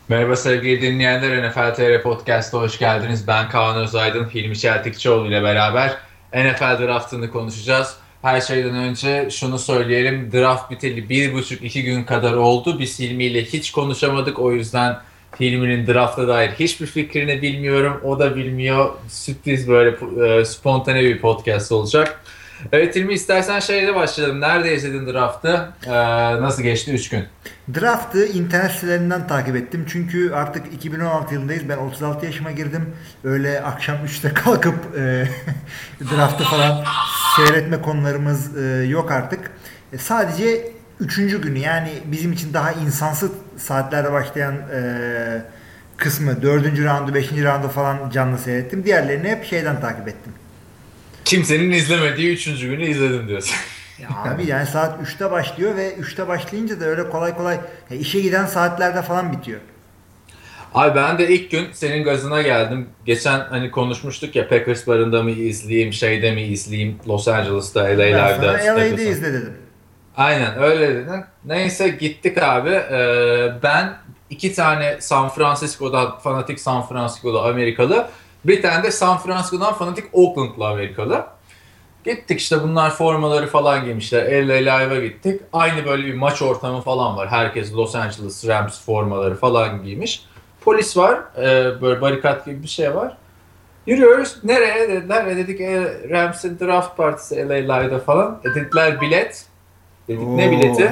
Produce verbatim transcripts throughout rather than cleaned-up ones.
Merhaba sevgili dinleyenler, N F L T R Podcast'a hoş geldiniz. Ben Kaan Özaydın, Hilmi Çeltikçioğlu ile beraber N F L draftını konuşacağız. Her şeyden önce şunu söyleyelim, draft biteli bir buçuk iki gün kadar oldu. Biz Hilmi ile hiç konuşamadık, o yüzden Hilmi'nin drafta dair hiçbir fikrini bilmiyorum, o da bilmiyor. Sürpriz böyle e, spontane bir podcast olacak. Evet Hilmi, istersen şeyle başlayalım. Nerede izledin draftı? Ee, nasıl geçti üç gün? Draft'ı internet sitelerinden takip ettim. Çünkü artık iki bin on altı yılındayız. Ben otuz altı yaşıma girdim. Öyle akşam üçte kalkıp e, draft'ı falan seyretme konularımız e, yok artık. E, sadece üçüncü günü, yani bizim için daha insansız saatlerde başlayan e, kısmı, dördüncü roundu, beşinci roundu falan canlı seyrettim. Diğerlerini hep şeyden takip ettim. Kimsenin izlemediği üçüncü günü izledim diyorsun. Ya abi, yani saat üçte başlıyor ve üçte başlayınca da öyle kolay kolay ya işe giden saatlerde falan bitiyor. Abi ben de ilk gün senin gazına geldim. Geçen hani konuşmuştuk ya, Packers barında mı izleyeyim, şeyde mi izleyeyim, Los Angeles'ta, L Ben A'larda. sana L A'de izle dedim. Aynen öyle dedin. Neyse gittik abi. Ee, ben iki tane San Francisco'dan fanatik San Francisco'da Amerikalı. Bir tane de San Francisco'dan fanatik Oakland'lı Amerikalı. Gittik işte, bunlar formaları falan giymişler. L A Live'a gittik. Aynı böyle bir maç ortamı falan var. Herkes Los Angeles Rams formaları falan giymiş. Polis var. E, böyle barikat gibi bir şey var. Yürüyoruz. Nereye dediler. E dedik e, Rams'in draft partisi L A Live'da falan. E dediler bilet. Dedik ne Oo. bileti?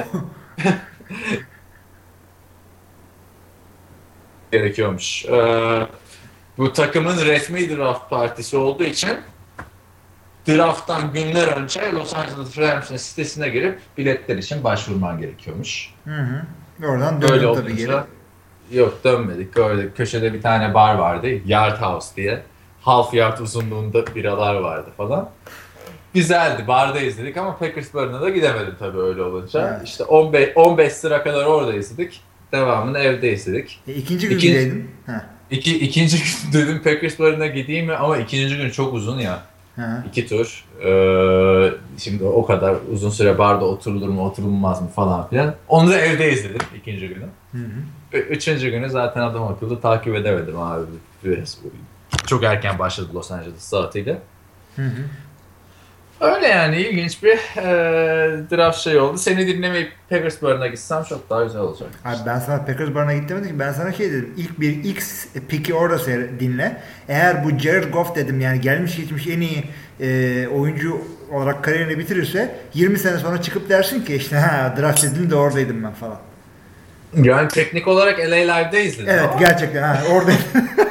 Gerekiyormuş. E, bu takımın resmi draft partisi olduğu için draft'tan günler önce Los Angeles Rams'in sitesine girip biletler için başvurman gerekiyormuş. Hı hı. Oradan Böyle döndün tabii geri. olunca yok, dönmedik. Öyle köşede bir tane bar vardı. Yard House diye. Half yard uzunluğunda biralar vardı falan. Güzeldi. Barda izledik ama Packers barına da gidemedim tabii öyle olunca. Evet. İşte on beş on beş sıra kadar orada izledik. Devamını evde izledik. E, ikinci gün İkinci, gideydin. Heh. iki, ikinci gün dedim Packers barına gideyim mi, ama ikinci gün çok uzun ya. Hı. İki tur. Ee, şimdi o kadar uzun süre barda oturulur mu oturulmaz mı falan filan. Onu da evde izledim ikinci günü. Hı hı. Ü- Üçüncü günü zaten adam akıllı takip edemedim abi. Biraz çok erken başladı Los Angeles saatiyle. Hı hı. Öyle yani, ilginç bir e, draft şey oldu. Seni dinlemeyip Packers barına gitsem çok daha güzel olacak. Abi ben sana Packers barına git demedim ki, ben sana şey dedim. İlk bir X pick'i orada seyre- dinle. Eğer bu Jared Goff dedim, yani gelmiş geçmiş en iyi e, oyuncu olarak kariyerini bitirirse yirmi sene sonra çıkıp dersin ki işte ha draft edildi de oradaydım ben falan. Yani teknik olarak L A Live'de izledim Evet, ama gerçekten ha oradaydım.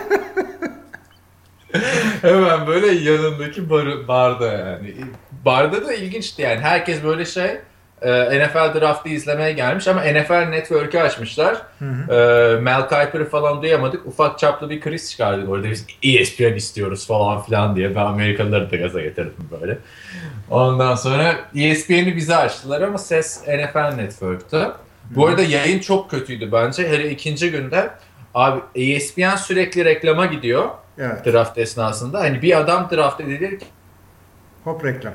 hemen böyle yanındaki bar, barda yani. Barda da ilginçti yani. Herkes böyle şey e, N F L draftı izlemeye gelmiş ama N F L Network'ü açmışlar. Hı hı. E, Mel Kiper'ı falan duyamadık. Ufak çaplı bir kriz çıkardık orada. Biz E S P N istiyoruz falan filan diye. Ben Amerikalıları da gaza getirdim böyle. Ondan sonra E S P N'i bize açtılar ama ses N F L Network'tü. Bu arada yayın çok kötüydü bence. Hele ikinci günde abi E S P N sürekli reklama gidiyor. Evet. Draft esnasında. Hani bir adam draft edilir Hop reklam.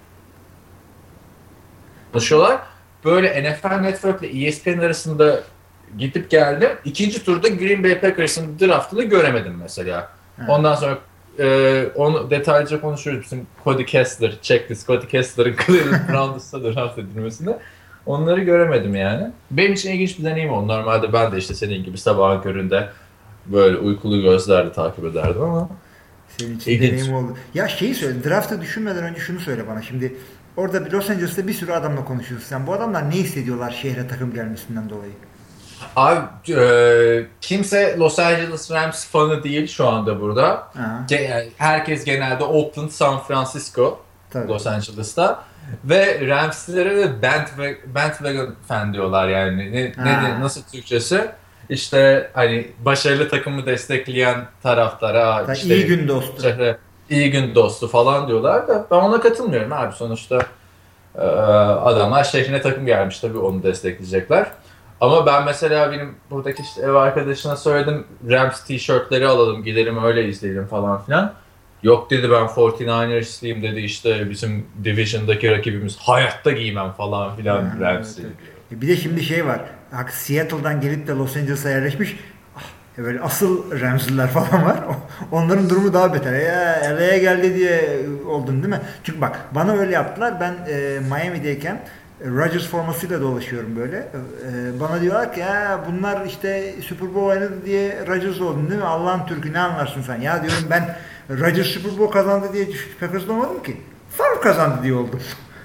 konuşuyorlar. Böyle N F L Network ile E S P N arasında gidip geldim. İkinci turda Green Bay Packers'ın draftını göremedim mesela. Evet. Ondan sonra e, onu detaylıca konuşuyoruz. Bizim Cody Kessler, checklist Cody Kessler'ın Cleveland Browns'ta draft edilmesinde. Onları göremedim yani. Benim için ilginç bir deneyim oldu. Normalde ben de işte senin gibi sabahın köründe böyle uykulu gözlerle takip ederdim ama Senin için ilginç. deneyim oldu. Ya şeyi söyle, draft'ı düşünmeden önce şunu söyle bana. Şimdi orada bir Los Angeles'ta bir sürü adamla konuşuyorsun. Sen bu adamlar ne hissediyorlar şehre takım gelmesinden dolayı? Abi e, kimse Los Angeles Rams fanı değil şu anda burada. Aha, Ge- herkes genelde Oakland, San Francisco, tabii. Los Angeles'ta. Ve Rams'lere de bandwagon, bandwagon fan diyorlar yani. Ne, ne Ha. de- nasıl Türkçesi? İşte hani başarılı takımı destekleyen taraftara, Ta- işte iyi gün dostu. şehre iyi gün dostu falan diyorlar da ben ona katılmıyorum abi. Sonuçta e, adamlar şehrine takım gelmiş, tabii onu destekleyecekler. Ama ben mesela benim buradaki işte ev arkadaşına söyledim, Rams tişörtleri alalım gidelim öyle izleyelim falan filan. Yok dedi, ben kırk dokuzersliyim dedi, işte bizim Division'daki rakibimiz, hayatta giymem falan filan Ha, Rams'i evet, diyor. evet. E bir de şimdi şey var. Hak Seattle'dan gelip de Los Angeles'a yerleşmiş. Ah, böyle asıl Rams'liler falan var. Onların durumu daha beter. Ya L A'ya geldi diye oldun değil mi? Çünkü bak bana öyle yaptılar. Ben e, Miami'deyken Rodgers formasıyla dolaşıyorum böyle. E, bana diyorlar ki ya bunlar işte Super Bowl oynadı diye Rodgers oldun değil mi? Allah'ın Türk'ü ne anlarsın sen? Ya diyorum ben Rodgers Super Bowl kazandı diye Packers'da olmadım ki. Favre kazandı diye oldum.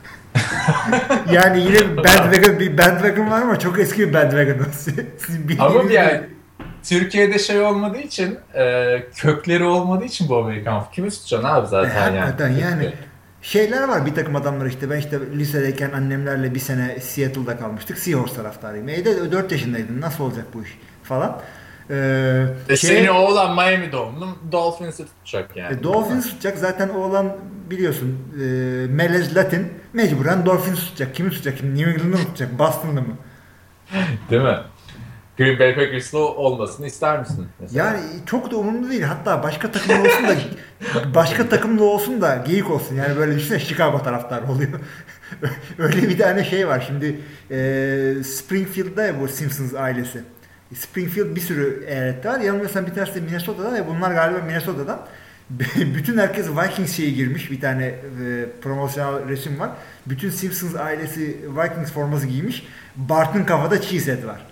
Yani yine bir bandwagon, bir bandwagon var ama çok eski bir bandwagon. Ama yani Türkiye'de şey olmadığı için, e, kökleri olmadığı için bu Amerikan kimi tutacaksın abi zaten e, yani. Hakikaten yani şeyler var bir takım adamlar işte ben işte lisedeyken annemlerle bir sene Seattle'da kalmıştık. Seahawks taraftarıyım. E de dört yaşındaydın nasıl olacak bu iş falan. Ee, E şey, senin oğlan Miami doğumlu Dolphins'i tutacak yani. E, Dolphins tutacak zaten oğlan biliyorsun e, melez Latin mecburen Dolphins tutacak. Kimi tutacak? Şimdi New England'ı mı tutacak? Boston'da mı? Değil mi? Green Bay Packers'lı olmasını ister misin mesela? Yani çok da umurumda değil. Hatta başka takımda olsun da başka takımda olsun da geyik olsun. Yani böyle düşünsene Chicago taraftarı oluyor. Öyle bir tane şey var. Şimdi e, Springfield'da ya bu Simpsons ailesi. Springfield bir sürü eyalette var. Yanılmıyorsam bir tanesi de Minnesota'da ve bunlar galiba Minnesota'dan. Bütün herkes Vikings şeye girmiş. Bir tane e, promosyonel resim var. Bütün Simpsons ailesi Vikings forması giymiş. Bart'ın kafada cheese head var.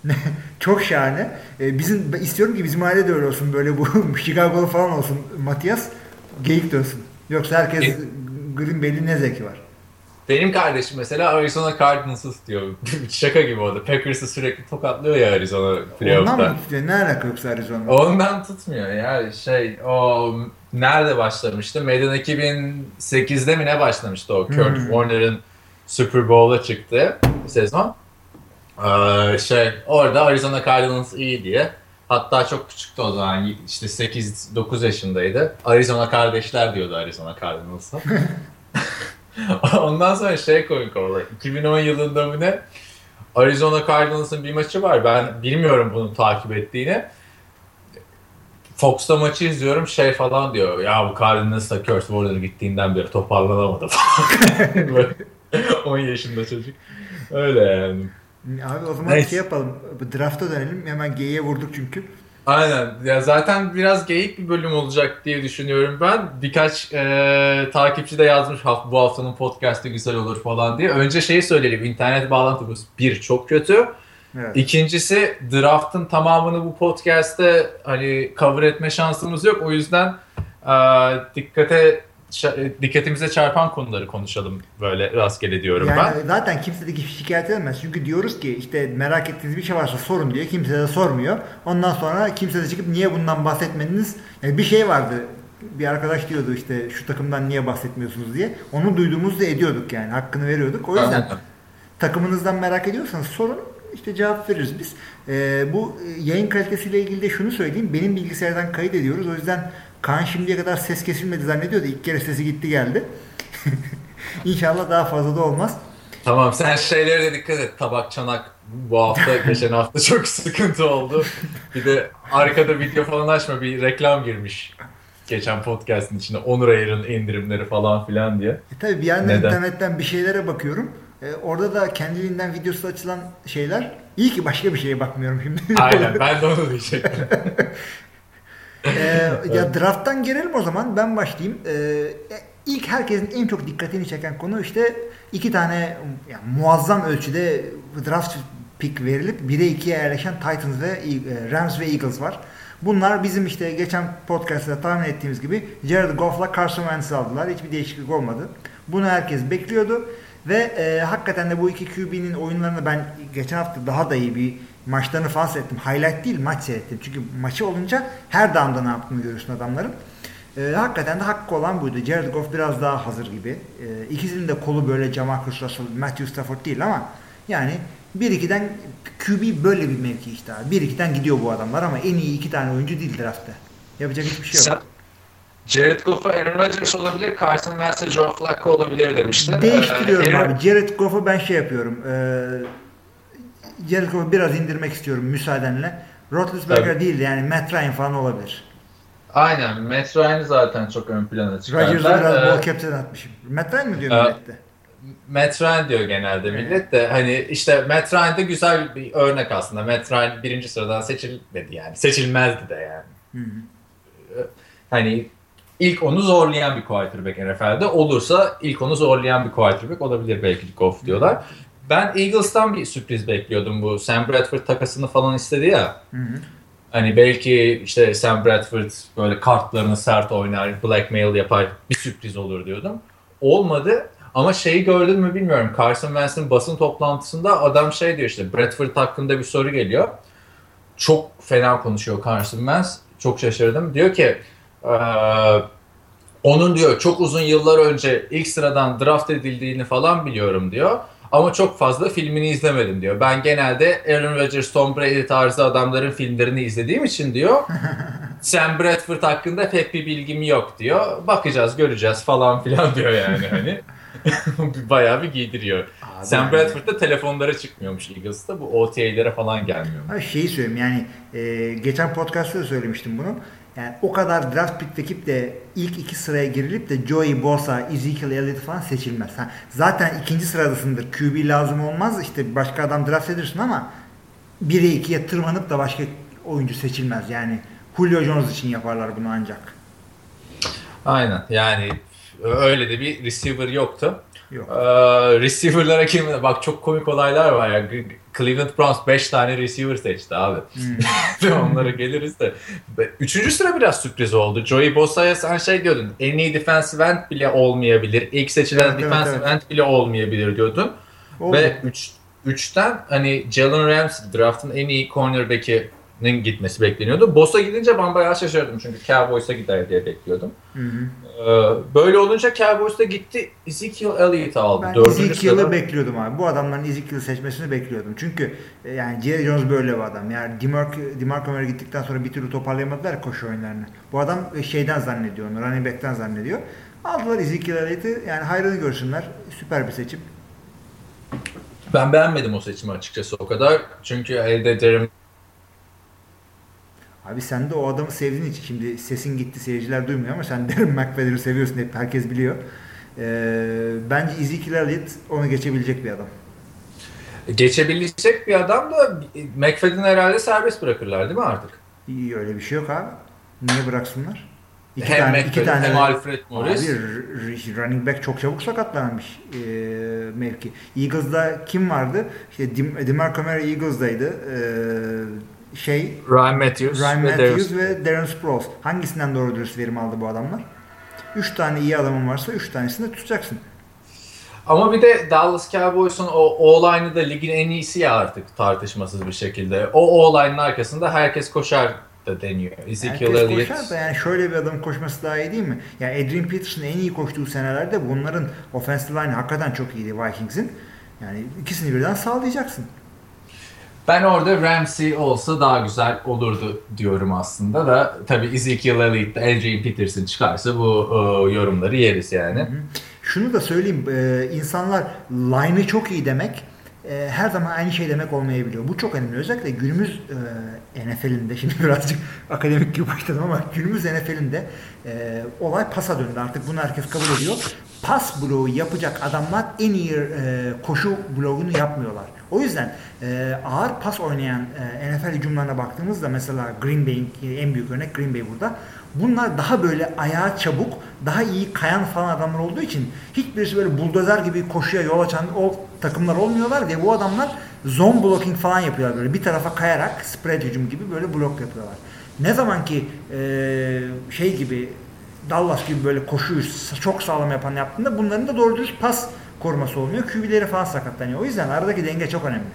Çok şahane. Ee, bizim istiyorum ki bizim aile de öyle olsun. Böyle bu Chicago'lu falan olsun. Matias geyik dönsün. Yoksa herkes E, Green Bay'li ne zevki var. Benim kardeşim mesela Arizona Cardinals'ı tutuyor. Şaka gibi o da. Packers'ı sürekli tokatlıyor ya Arizona playoff'ta. Ondan mı tutuyor? Ne alaka yoksa Arizona? Ondan tutmuyor ya. Şey o nerede başlamıştı? Meydan iki bin sekizde mi ne başlamıştı o? Kurt Hmm. Warner'ın Super Bowl'a çıktığı sezon. Ee, şey orada Arizona Cardinals iyi diye. Hatta çok küçüktü o zaman. İşte sekiz dokuz yaşındaydı. Arizona kardeşler diyordu Arizona Cardinals'a. Ondan sonra şey komik oldu. iki bin on yılında mı ne? Arizona Cardinals'ın bir maçı var. Ben bilmiyorum bunu takip ettiğini. Fox'ta maçı izliyorum şey falan diyor. Ya bu Cardinals'ta Kurt Warner gittiğinden beri toparlanamadı falan. Böyle on yaşında çocuk. Öyle yani. Abi o zaman Neyse. şey yapalım. Draft'a dönelim. Hemen G'ye vurduk çünkü. Aynen. Ya zaten biraz geyik bir bölüm olacak diye düşünüyorum ben. Birkaç e, takipçi de yazmış bu haftanın podcast'ı güzel olur falan diye. Önce şeyi söyleyelim. İnternet bağlantımız bir çok kötü. Evet. İkincisi draft'ın tamamını bu podcast'te hani cover etme şansımız yok. O yüzden e, dikkate dikkatimize çarpan konuları konuşalım böyle rastgele diyorum yani ben. zaten kimse de şikayet edemez. Çünkü diyoruz ki işte merak ettiğiniz bir şey varsa sorun diye. Kimse de sormuyor. Ondan sonra kimse de çıkıp niye bundan bahsetmediniz? Yani bir şey vardı. Bir arkadaş diyordu işte şu takımdan niye bahsetmiyorsunuz diye. Onu duyduğumuzda ediyorduk yani. Hakkını veriyorduk. O yüzden Aynen. takımınızdan merak ediyorsanız sorun. İşte cevap veririz biz. Ee, bu yayın kalitesiyle ilgili de şunu söyleyeyim. Benim bilgisayardan kayıt ediyoruz. O yüzden Kaan şimdiye kadar ses kesilmedi zannediyordu. İlk kere sesi gitti geldi. İnşallah daha fazla da olmaz. Tamam sen şeylere de dikkat et. Tabak çanak bu hafta geçen hafta çok sıkıntı oldu. Bir de arkada video falan açma bir reklam girmiş. Geçen podcast'ın içinde Onur Air'ın indirimleri falan filan diye. E tabii bir yandan Neden? internetten bir şeylere bakıyorum. E, orada da kendiliğinden videosu açılan şeyler. İyi ki başka bir şeye bakmıyorum şimdi. Aynen ben de onu diyecektim. Ee, ya draft'tan gelelim o zaman. Ben başlayayım. Ee, ilk herkesin en çok dikkatini çeken konu işte iki tane yani muazzam ölçüde draft pick verilip bire ikiye yerleşen Titans ve Rams ve Eagles var. Bunlar bizim işte geçen podcast'ta tahmin ettiğimiz gibi Jared Goff'la Carson Wentz'i aldılar. Hiçbir değişiklik olmadı. Bunu herkes bekliyordu. Ve e, hakikaten de bu iki Q B'nin oyunlarını ben geçen hafta daha da iyi bir maçlarını falan seyrettim. Highlight değil maç seyrettim. Çünkü maçı olunca her damda ne yaptığını görüyorsun adamların. E, hakikaten de hakkı olan buydu. Jared Goff biraz daha hazır gibi. E, ikisinin de kolu böyle Jamarcus Russell, Matthew Stafford değil ama yani bir ikiden Q B böyle bir mevki işte abi. bir ikiden gidiyor bu adamlar ama en iyi iki tane oyuncu değil draftta. Yapacak hiçbir şey yok. Jared Goff'a Aaron Rodgers olabilir, Carson Wentz'e Joe Flacco olabilir demişti. Değiştiriyorum Ee, abi. Jared Goff'u ben şey yapıyorum. Ee, Jared Goff'u biraz indirmek istiyorum müsaadenle. Roethlisberger değil yani Matt Ryan falan olabilir. Aynen Matt Ryan'ı zaten çok ön plana çıkardılar. Rodgers'ı biraz Ee, bol captain atmışım. Matt Ryan mı diyor e, millette? Matt Ryan diyor genelde millet de hani işte Matt Ryan da güzel bir örnek aslında. Matt Ryan birinci sıradan seçilmedi yani. Seçilmezdi de yani. Hı hı. Hani ilk onu zorlayan bir quarterback N F L'de olursa ilk onu zorlayan bir quarterback olabilir belki Goff diyorlar. Ben Eagles'tan bir sürpriz bekliyordum bu. Sam Bradford takasını falan istedi ya. Hı hı. Hani belki işte Sam Bradford böyle kartlarını sert oynar, blackmail yapar, bir sürpriz olur diyordum. Olmadı. Ama şeyi gördün mü bilmiyorum. Carson Wentz'in basın toplantısında adam şey diyor işte Bradford hakkında bir soru geliyor. Çok fena konuşuyor Carson Wentz. Çok şaşırdım. Diyor ki ee, onun diyor çok uzun yıllar önce ilk sıradan draft edildiğini falan biliyorum diyor. Ama çok fazla filmini izlemedim diyor. Ben genelde Aaron Rodgers, Tom Brady tarzı adamların filmlerini izlediğim için diyor. Sam Bradford hakkında pek bir bilgim yok diyor. Bakacağız, göreceğiz falan filan diyor yani hani. Bayağı bir giydiriyor. Abi Sam yani. Bradford'da telefonlara çıkmıyormuş Eagles'ta. Bu O T A'lere falan gelmiyormuş. Ha, şeyi söyleyeyim yani e, geçen podcast'ta da söylemiştim bunu. Yani o kadar draft pick ekip de ilk iki sıraya girilip de Joey Bosa, Ezekiel Elliott falan seçilmez. Ha, zaten ikinci sıradasındır. Q B lazım olmaz. İşte başka adam draft edersin ama bire ikiye tırmanıp da başka oyuncu seçilmez. Yani Julio Jones için yaparlar bunu ancak. Aynen yani öyle de bir receiver yoktu. Yok. Ee, receiver'lara kim? Bak çok komik olaylar var ya. Cleveland Browns beş tane receiver seçti abi. Hmm. Onlara geliriz de. Üçüncü sıra biraz sürpriz oldu. Joey Bosa'ya sen şey diyordun. En iyi defensive end bile olmayabilir. İlk seçilen evet, defensive evet, end evet. bile olmayabilir diyordun. Oldu. Ve üç, üçten hani Jalen Ramsey draft'ın en iyi cornerback'inin gitmesi bekleniyordu. Bosa gidince ben bayağı şaşırdım. Çünkü Cowboys'a gider diye bekliyordum. Hı hı. Böyle olunca Cowboys'ta gitti Ezekiel Elliott'ı aldı. Ben Ezekiel'i sırada... bekliyordum abi. Bu adamların Ezekiel'i seçmesini bekliyordum. Çünkü yani Jerry Jones böyle bir adam. Yani DeMarco, DeMarco Murray gittikten sonra bir türlü toparlayamadılar koşu oyunlarını. Bu adam şeyden zannediyor onu. Running back'ten zannediyor. Aldılar Ezekiel Elliott'ı. Yani hayrını görsünler. Süper bir seçim. Ben beğenmedim o seçimi açıkçası o kadar. Çünkü elde Jeremy Abi sen de o adamı sevdiğin için şimdi sesin gitti seyirciler duymuyor ama sen Darren McFadden'ı seviyorsun hep herkes biliyor. Ee, bence Ezekiel Elliott onu geçebilecek bir adam. Geçebilecek bir adam da McFadden'ı herhalde serbest bırakırlar değil mi artık? İyi, öyle bir şey yok abi. Niye bıraksınlar? İki hem tane, iki tane hem Alfred Morris. Abi running back çok çabuk sakatlanmış e, mevki. Eagles'da kim vardı? İşte DeMarco Murray Eagles'daydı. E, şey Ryan Matthews, Ryan ve, Matthews Darren. ve Darren Sproles. Hangisinden doğru dürüst verim aldı bu adamlar? Üç tane iyi adamın varsa üç tanesini de tutacaksın. Ama bir de Dallas Cowboys'un o O-line'ı da ligin en iyisi ya artık tartışmasız bir şekilde. O O-line'ın arkasında herkes koşar da deniyor. Ezekiel Elliott. Koşar da yani şöyle bir adamın koşması daha iyi değil mi? Yani Adrian Peterson'ın en iyi koştuğu senelerde bunların offensive line hakikaten çok iyiydi Vikings'in. Yani ikisini birden sağlayacaksın. Ben orada Ramsey olsa daha güzel olurdu diyorum aslında da tabii Ezekiel Elliott, Adrian Peterson çıkarsa bu o, yorumları yeriz yani. Hı hı. Şunu da söyleyeyim, e, insanlar line'ı çok iyi demek e, her zaman aynı şey demek olmayabiliyor. Bu çok önemli. Özellikle günümüz e, N F L'inde, şimdi birazcık akademik gibi başladım ama günümüz N F L'inde e, olay pasa döndü. Artık bunu herkes kabul ediyor. Pas bloğu yapacak adamlar en iyi e, koşu bloğunu yapmıyorlar. O yüzden e, ağır pas oynayan e, N F L hücumlarına baktığımızda mesela Green Bay'in en büyük örnek Green Bay burada. Bunlar daha böyle ayağı çabuk, daha iyi kayan falan adamlar olduğu için hiçbirisi böyle buldozer gibi koşuya yol açan o takımlar olmuyorlar ve bu adamlar zone blocking falan yapıyorlar böyle bir tarafa kayarak spread hücum gibi böyle blok yapıyorlar. Ne zaman ki e, şey gibi Dallas gibi böyle koşuyu çok sağlam yapan yaptığında bunların da doğru dürüst pas koruması olmuyor. Q B'leri falan sakatlanıyor. O yüzden aradaki denge çok önemli.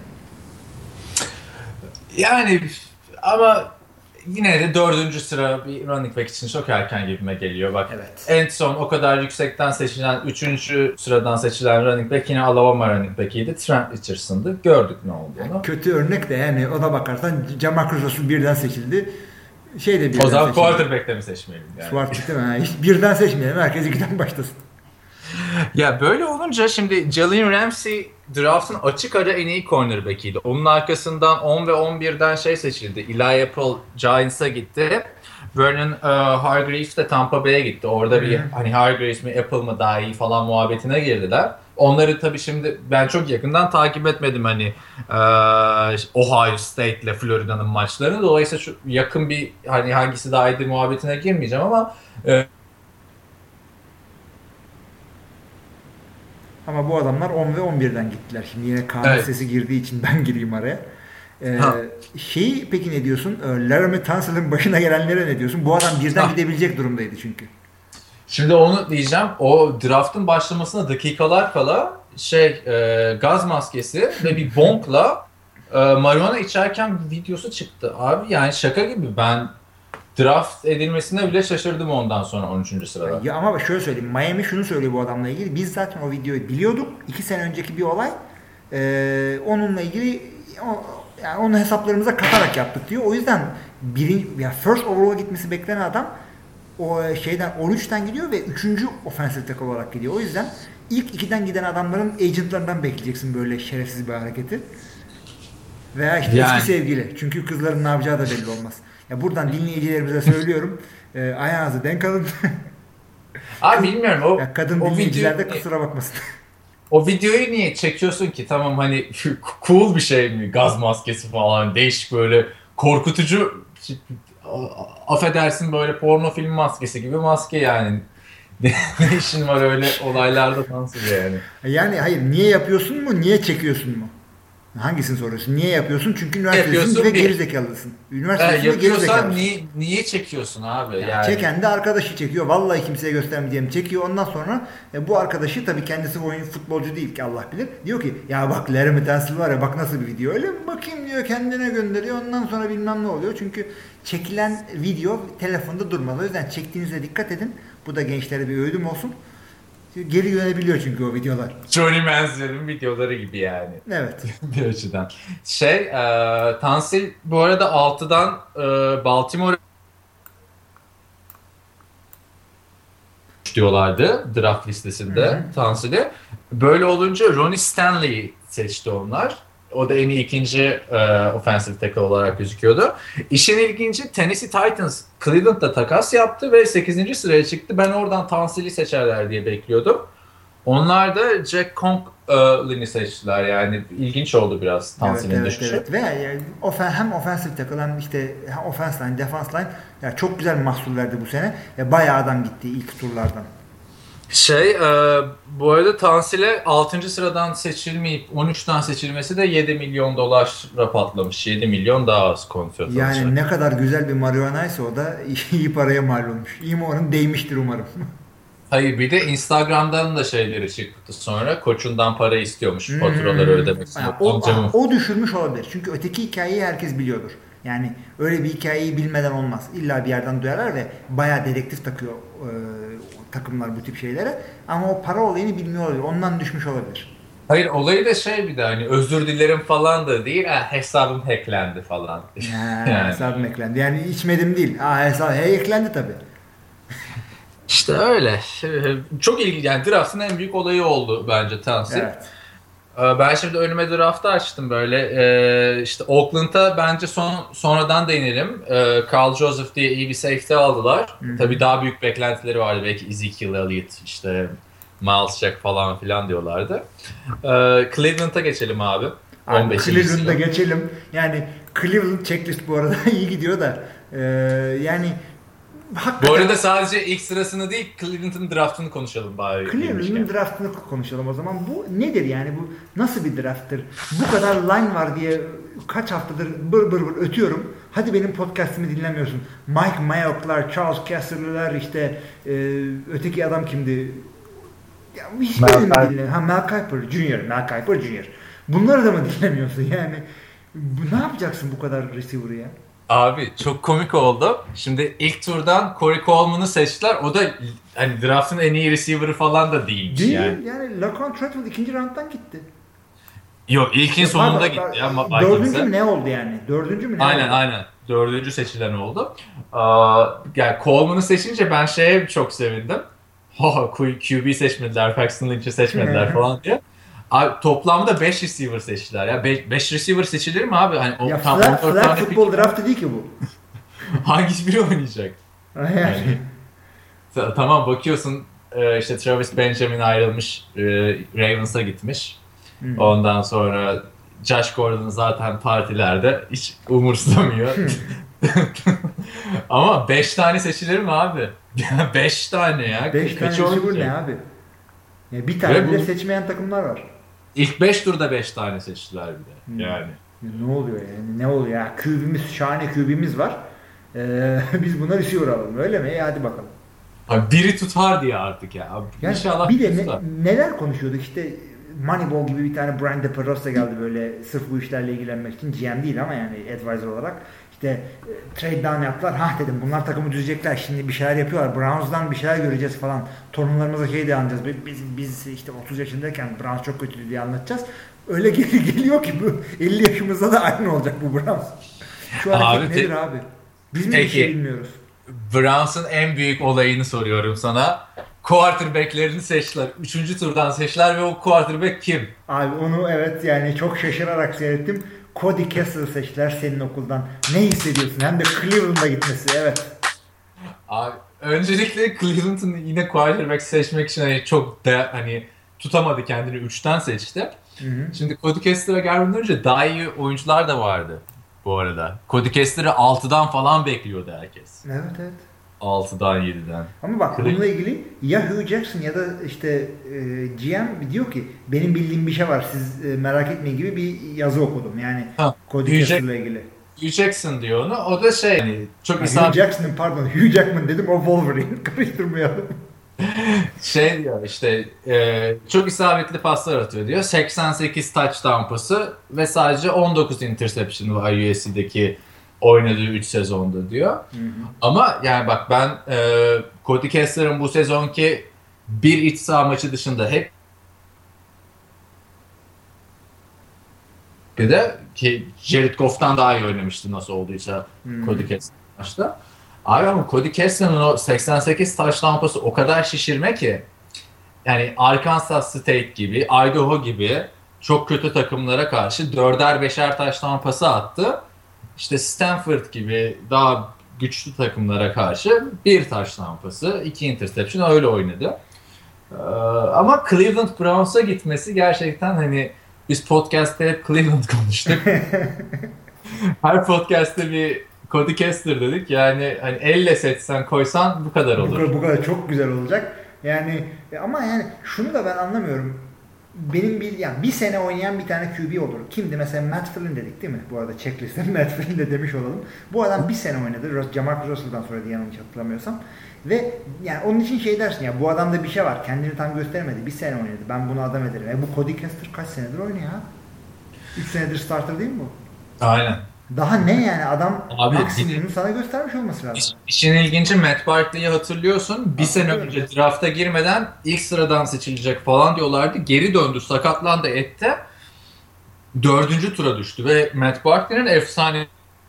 Yani ama yine de dördüncü sıra bir running back için çok erken gibime geliyor. Bak evet. En son o kadar yüksekten seçilen üçüncü sıradan seçilen running back yine Alabama running back'iydi. Trent Richardson'dı. Gördük ne olduğunu. Yani kötü örnek de yani ona bakarsan Jamarcus Russell birden seçildi. Şey de birden o zaman seçildi. Quarterback'te mi seçmeyelim yani? Quarterback değil mi? Yani hiç birden seçmeyelim. Herkes ikiden başlasın. Ya böyle olunca şimdi Jalen Ramsey draft'ın açık ara en iyi cornerback'iydi. Onun arkasından on ve on birden şey seçildi. Eli Apple Giants'a gitti. Vernon uh, Hargreaves de Tampa Bay'e gitti. Orada bir hani Hargreaves mi Apple mı daha iyi falan muhabbetine girdiler. Onları tabii şimdi ben çok yakından takip etmedim hani e, Ohio State ile Florida'nın maçlarını. Dolayısıyla şu yakın bir hani hangisi daha iyidir muhabbetine girmeyeceğim ama e, Ama bu adamlar on ve on birden gittiler. Şimdi yine Kaan'ın evet. sesi girdiği için ben gireyim araya. Ee, Ha. şeyi peki ne diyorsun? Ee, Laramie Tunsil'in başına gelenlere ne diyorsun? Bu adam birden Ha. gidebilecek durumdaydı çünkü. Şimdi onu diyeceğim. O draftın başlamasına dakikalar kala şey e, gaz maskesi ve bir bonkla e, marijuana içerken bir videosu çıktı. Abi yani şaka gibi. Ben draft edilmesine bile şaşırdım ondan sonra on üçüncü sırada. Ya ama şöyle söyleyeyim. Miami şunu söylüyor bu adamla ilgili. Biz zaten o videoyu biliyorduk. İki sene önceki bir olay. Ee, onunla ilgili o, yani onu hesaplarımıza katarak yaptık diyor. O yüzden birinci, ya first overall'a gitmesi beklenen adam o şeyden on üçten gidiyor ve üçüncü offensive tackle olarak gidiyor. O yüzden ilk ikiden giden adamların agentlarından bekleyeceksin böyle şerefsiz bir hareketi. Veya işte Yani. eski sevgili. Çünkü kızların ne yapacağı da belli olmaz. Ya buradan dinleyicilerimize söylüyorum. E, ayağınızı denk alın. Abi bilmiyorum o, ya kadın o dinleyiciler de video, kusura bakmasın. o videoyu niye çekiyorsun ki? Tamam hani cool bir şey mi? Gaz maskesi falan değişik böyle korkutucu affedersin böyle porno film maskesi gibi maske yani. Ne işin var öyle olaylarda nasıl yani? Yani hayır niye yapıyorsun mu niye çekiyorsun mu? Hangisini soruyorsun? Niye yapıyorsun? Çünkü üniversitedesin ve bir- gerizekalısın. Ha, Üniversitedesin ve yapıyorsan gerizekalısın. niye, niye çekiyorsun abi? Yani Yani. çeken de arkadaşı çekiyor. Vallahi kimseye göstermeyeceğim çekiyor. Ondan sonra e, bu arkadaşı tabii kendisi oyun futbolcu değil ki Allah bilir. Diyor ki ya bak Laramie Tunsil var ya bak nasıl bir video. Öyle mi bakayım diyor kendine gönderiyor. Ondan sonra bilmem ne oluyor. Çünkü çekilen video telefonda durmaz. O yüzden çektiğinize dikkat edin. Bu da gençlere bir öğüdüm olsun. Geri dönebiliyor çünkü o videolar. Johnny Manziel'in videoları gibi yani. Evet. Bir açıdan. Şey, e, Tansil bu arada altıdan e, Baltimore diyorlardı draft listesinde Hı hı. Tansil'i. Böyle olunca Ronnie Stanley'i seçti onlar. O da en iyi ikinci e, offensive tackle olarak gözüküyordu. İşin ilginci Tennessee Titans Cleveland'da takas yaptı ve sekizinci sıraya çıktı. Ben oradan Tansil'i seçerler diye bekliyordum. Onlar da Jack Conklin'i seçtiler yani ilginç oldu biraz Tansil'in evet, evet, düşüşü. evet. Ve yani ofen, hem offensive tackle hem işte hem offense line, defense line ya çok güzel mahsul verdi bu sene. Ya bayağı adam gitti ilk turlardan. Şey, e, bu arada Tansil'e altıncı sıradan seçilmeyip on üçten seçilmesi de yedi milyon dolara patlamış. yedi milyon daha az konser. Yani ne kadar güzel bir marihuanaysa o da iyi paraya mal olmuş. İyi mi onun değmiştir umarım. Hayır bir de Instagram'dan da şeyleri çıktı sonra. Koçundan para istiyormuş Hmm. faturaları ödemek için. Yani o, Amcamın- o düşürmüş olabilir. Çünkü öteki hikayeyi herkes biliyordur. Yani öyle bir hikayeyi bilmeden olmaz. İlla bir yerden duyarlar ve bayağı dedektif takıyor e, takımlar bu tip şeylere. Ama o para olayını bilmiyor olabilir. Ondan düşmüş olabilir. Hayır olayı da şey bir de hani özür dilerim falan da değil. Ha, hesabım hacklendi falan. Ya, Yani. hesabım eklendi. Yani içmedim değil. Aa, hesabı hey, eklendi tabii. İşte öyle. Çok ilginç. Yani draft'ın en büyük olayı oldu bence Tansil. Evet. Ben şimdi önüme draft'ı açtım böyle. Ee, işte Oakland'a bence son sonradan değinelim. Ee, Carl Joseph diye iyi bir safety aldılar. Hı hı. Tabii daha büyük beklentileri vardı. Belki Ezekiel Elliott, işte Miles Jack falan filan diyorlardı. Ee, Cleveland'a geçelim abi. Abi, on beşinci Cleveland'a sıra. geçelim. Yani Cleveland checklist bu arada iyi gidiyor da. Ee, yani hakikaten Bu arada sadece ilk sırasını değil Cleveland'ın draft'ını konuşalım bari. Cleveland'ın draftını konuşalım o zaman. Bu nedir yani? Bu nasıl bir drafttır? Bu kadar line var diye kaç haftadır bır bır bır ötüyorum. Hadi benim podcast'imi dinlemiyorsun. Mike Mayock'lar, Charles Kessler'lar işte e, öteki adam kimdi? Ya hiç Mel böyle mi Kiper. dinle? Ha Mel Kiper Junior Mel Kiper Junior Bunları da mı dinlemiyorsun yani? Bu, ne yapacaksın bu kadar receiver'ı ya? Abi çok komik oldu. Şimdi ilk turdan Corey Coleman'ı seçtiler. O da hani draft'ın en iyi receiver'ı falan da değilmiş Değil yani. yani Laquan Treadwell ikinci round'dan gitti. Yok ilkin sonunda gitti ya Pardon, Dördüncü Vikings'e. mü ne oldu yani? Dördüncü mü ne Aynen oldu? aynen. Dördüncü seçilen oldu. Aa, yani Coleman'ı seçince ben şeye çok sevindim. Ha, Q B seçmediler, Paxton Lynch'i seçmediler falan diye. Abi, toplamda beş receiver seçtiler ya. beş receiver seçilir mi abi? Hani o Ya tam flag, on dört flag tane futbol pick- draftı değil ki bu. Hangi biri oynayacak? Yani. Ta- Tamam bakıyorsun e, işte Travis Benjamin ayrılmış, e, Ravens'a gitmiş. Hmm. Ondan sonra Josh Gordon zaten partilerde hiç umursamıyor. Ama beş tane seçilir mi abi? beş tane ya. beş tane Kaçı receiver oynayacak? ne abi? Ya bir tane Ve bile bu- seçmeyen takımlar var. İlk beş turda beş tane seçtiler bir de. Hmm. Yani. Ya ne oluyor yani? Ne oluyor ya? Q B'miz, şahane Q B'miz var. Ee, biz buna receiver alalım. Öyle mi? E, hadi bakalım. Abi biri tutar diye artık ya. Abi Yani İnşallah bir de ne- tutar. neler konuşuyorduk işte Moneyball gibi bir tane Brian De Perosa geldi böyle sırf bu işlerle ilgilenmek için G M değil ama yani advisor olarak işte e, trade down yaptılar. Hah dedim bunlar takımı düzecekler şimdi bir şeyler yapıyorlar. Browns'dan bir şeyler göreceğiz falan. Torunlarımıza şey diye anlatacağız. Biz, biz işte otuz yaşındayken Browns çok kötüydü diye anlatacağız. Öyle gel- geliyor ki bu elli yaşımızda da aynı olacak bu Browns. Şu hareket Abi, nedir pe- abi? Biz mi bir peki. şey bilmiyoruz? Browns'ın en büyük olayını soruyorum sana. Quarterback'lerini seçtiler. Üçüncü turdan seçtiler ve o quarterback kim? Abi onu evet yani çok şaşırarak seyrettim. Cody Kessler seçtiler senin okuldan. Ne hissediyorsun? Hem de Cleveland'a gitmesi evet. Abi, öncelikle Cleveland'ın yine quarterback seçmek için hani çok da hani tutamadı kendini. Üçten seçti. Hı hı. Şimdi Cody Kessler'a gelmeden önce daha iyi oyuncular da vardı bu arada. Cody Kessler'ı altıdan falan bekliyordu herkes. Evet evet. altıdan yediden. Ama bak Cleveland- bununla ilgili ya Hugh Jackson ya da işte e, G M diyor ki benim bildiğim bir şey var siz e, merak etmeyin gibi bir yazı okudum. Yani Ha, Cody Hugh Kessler'la ilgili. Hugh Jackson diyor onu. O da şey hani çok Ha, Hugh isabetli Jackson'ın pardon Hugh Jackman dedim o Wolverine karıştırmayalım. şey diyor işte e, çok isabetli paslar atıyor diyor. seksen sekiz touchdown pası ve sadece on dokuz interception var U S C'deki oynadığı üç sezonda diyor. Hı hı. Ama yani bak ben e, Cody Kessler'ın bu sezonki bir iç saha maçı dışında hep bir de ki Jared Goff'tan daha iyi oynamıştı nasıl olduysa Hmm. Cody Kessler maçta. Abi ama Cody Kessler'ın o seksen sekiz touchdown pası o kadar şişirme ki yani Arkansas State gibi, Idaho gibi çok kötü takımlara karşı dörder beşer touchdown pası attı. İşte Stanford gibi daha güçlü takımlara karşı bir touchdown pası, iki interception öyle oynadı. Ee, ama Cleveland Browns'a gitmesi gerçekten hani biz podcast'te hep Cleveland konuştuk. Her podcast'te bir Cody Kessler dedik. Yani hani elle seçsen koysan bu kadar Bu olur. kadar, bu kadar çok güzel olacak. Yani e, ama yani şunu da ben anlamıyorum. Benim bir yani bir sene oynayan bir tane Q B olur. Kimdi mesela Matt Flynn dedik değil mi? Bu arada checklist'te Matt Flynn de demiş olalım. Bu adam bir sene oynadı. Ros- Jamarcus Russell'dan sonra diye yanlış hatırlamıyorsam. Ve yani onun için şey dersin ya bu adamda bir şey var. Kendini tam göstermedi. Bir sene oynadı. Ben bunu adam ederim. E bu Cody Kessler kaç senedir oynuyor ha? üç senedir starter değil mi bu? Aynen. Daha ne yani adam Abi, maksimumunu sana göstermiş olması lazım. İş- İşin ilginci Matt Barkley'i hatırlıyorsun. Bir sene Hatırlıyorum. önce drafta girmeden ilk sıradan seçilecek falan diyorlardı. Geri döndü, sakatlandı etti. Dördüncü tura düştü ve Matt Barkley'nin efsane.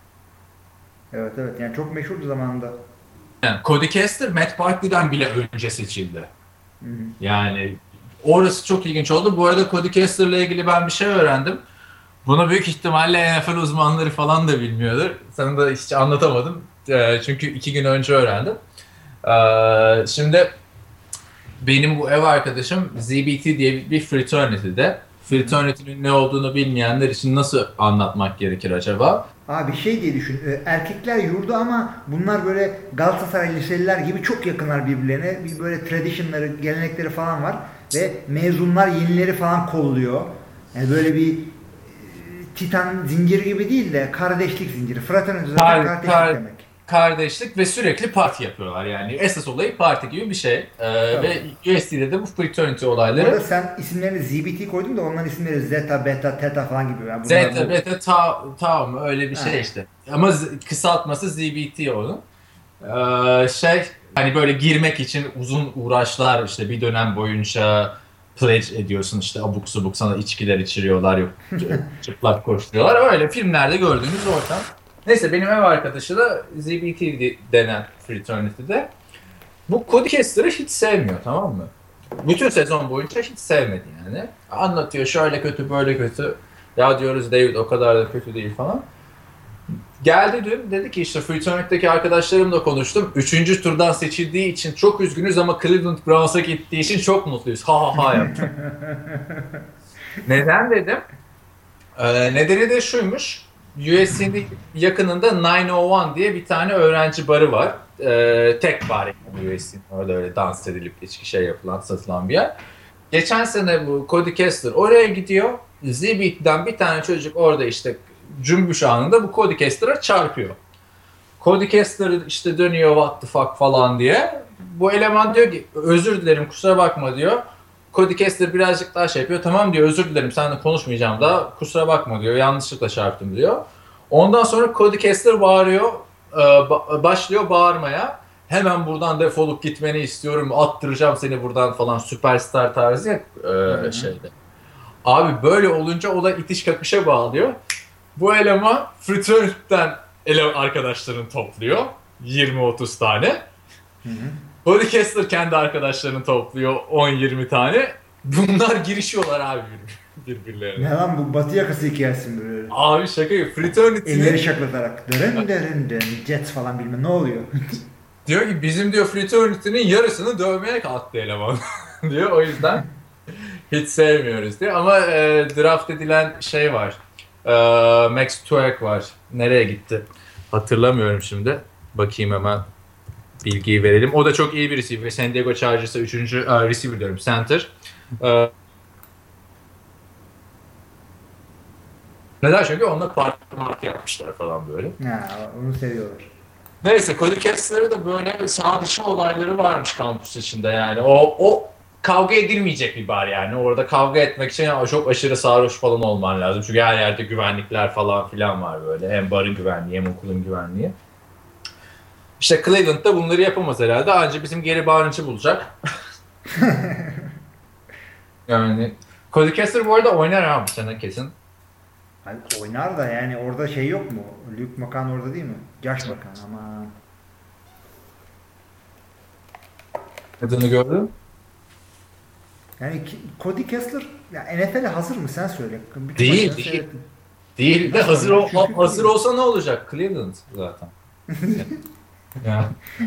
Evet evet yani çok meşhurdu zamanında. Yani Cody Kessler Matt Barkley'den bile önce seçildi. Hı hı. Yani orası çok ilginç oldu. Bu arada Cody Kessler'la ilgili ben bir şey öğrendim. Bunu büyük ihtimalle N F L uzmanları falan da bilmiyordur. Sana da hiç anlatamadım. Ee, Çünkü iki gün önce öğrendim. Ee, Şimdi benim bu ev arkadaşım Z B T diye bir fraternity'de. Fraternity'nin ne olduğunu bilmeyenler için nasıl anlatmak gerekir acaba? Abi şey diye düşün. e, Erkekler yurdu ama bunlar böyle Galatasaray liseliler gibi çok yakınlar birbirlerine. Bir böyle traditionları, gelenekleri falan var. Ve mezunlar yenileri falan kolluyor. Yani böyle bir e, Titan zinciri gibi değil de kardeşlik zinciri. Fraternity zaten Kar- kardeşlik kar- demek. Kardeşlik ve sürekli parti yapıyorlar yani. Esas olayı parti gibi bir şey. Ee, Ve U S D'de de bu fraternity Bu olayları arada sen isimlerini Z B T koydun da onların isimleri Zeta, Beta, Theta falan gibi. Yani bunlar Zeta, bu. Beta, Tau, Tau mu öyle bir Ha. şey işte. Ama z- kısaltması Z B T onun. Ee, şey hani böyle girmek için uzun uğraşlar işte bir dönem boyunca pledge ediyorsun işte abuk subuk sana içkiler içiriyorlar yok çıplak koşturuyorlar. Öyle filmlerde gördüğünüz ortam. Neyse benim ev arkadaşı da Z B T de- denen fraternity'de. Bu Cody Kessler'ı hiç sevmiyor tamam mı? Bütün sezon boyunca hiç sevmedi yani. Anlatıyor şöyle kötü böyle kötü. Ya diyoruz David o kadar da kötü değil falan. Geldi dün dedi ki işte Fraternity'deki arkadaşlarımla konuştum. Üçüncü turdan seçildiği için çok üzgünüz ama Cleveland Browns'a gittiği için çok mutluyuz. Ha ha ha yaptı. Neden dedim? Ee, nedeni de şuymuş. U S C'nin yakınında dokuz yüz bir diye bir tane öğrenci barı var. Ee, tek bar yani U S C'nin. Orada öyle dans edilip içki şey yapılan, satılan bir yer. Geçen sene bu Cody Kessler oraya gidiyor. Z Beat'ten bir tane çocuk orada işte cümbüş anında bu Cody Kessler'a çarpıyor. Cody Kessler işte dönüyor what the fuck falan diye. Bu eleman diyor ki özür dilerim kusura bakma diyor. Cody Kessler birazcık daha şey yapıyor. Tamam diyor özür dilerim seninle konuşmayacağım daha kusura bakma diyor. Yanlışlıkla çarptım diyor. Ondan sonra Cody Kessler bağırıyor. Başlıyor bağırmaya. Hemen buradan defolup gitmeni istiyorum. Attıracağım seni buradan falan süperstar tarzı ya e, şeyde. Abi böyle olunca o da itiş kakışa bağlıyor. Bu eleman Fraternity'den ele arkadaşlarını topluyor. yirmi otuz tane. Hı hı. Cody Kessler kendi arkadaşlarını topluyor on yirmi tane. Bunlar girişiyorlar abi birbirlerine. Ne lan bu Batı yakası hikayesi mi böyle? Abi şaka gibi. Fraternity'nin... Elleri şaklatarak. Dırın dırın dırın. Jets falan bilmem ne oluyor. Diyor ki bizim diyor Fraternity'nin yarısını dövmeye kalktı eleman. diyor o yüzden hiç sevmiyoruz diyor. Ama e, draft edilen şey var. E, Max Tuerk var. Nereye gitti? Hatırlamıyorum şimdi. Bakayım hemen bilgiyi verelim. O da çok iyi bir receiver. San Diego Chargers'a üçüncü Uh, receiver diyorum. Center. Uh, neden? Çünkü onunla parti marti yapmışlar falan böyle. Ha, onu seviyorlar. Neyse Cody Kessler'ı da böyle sağ dışı olayları varmış kampüs içinde yani. O, o kavga edilmeyecek bir bar yani. Orada kavga etmek için çok aşırı sarhoş falan olman lazım. Çünkü her yerde güvenlikler falan filan var böyle. Hem barın güvenliği hem okulun güvenliği. İşte Cleveland'da bunları yapamaz herhalde. Ancak bizim Gary Barnes'ı bulacak. yani Cody Kessler bu arada oynar abi bu sene kesin. Hani oynar da yani orada şey yok mu? Luke McCann orada değil mi? Josh McCann ama. Adını gördün? Yani Cody Kessler ya N F L'e hazır mı sen söyle. Bütün değil değil. Seyrettim. Değil de hazır ol, hazır olsa ne olacak? Cleveland zaten. yani.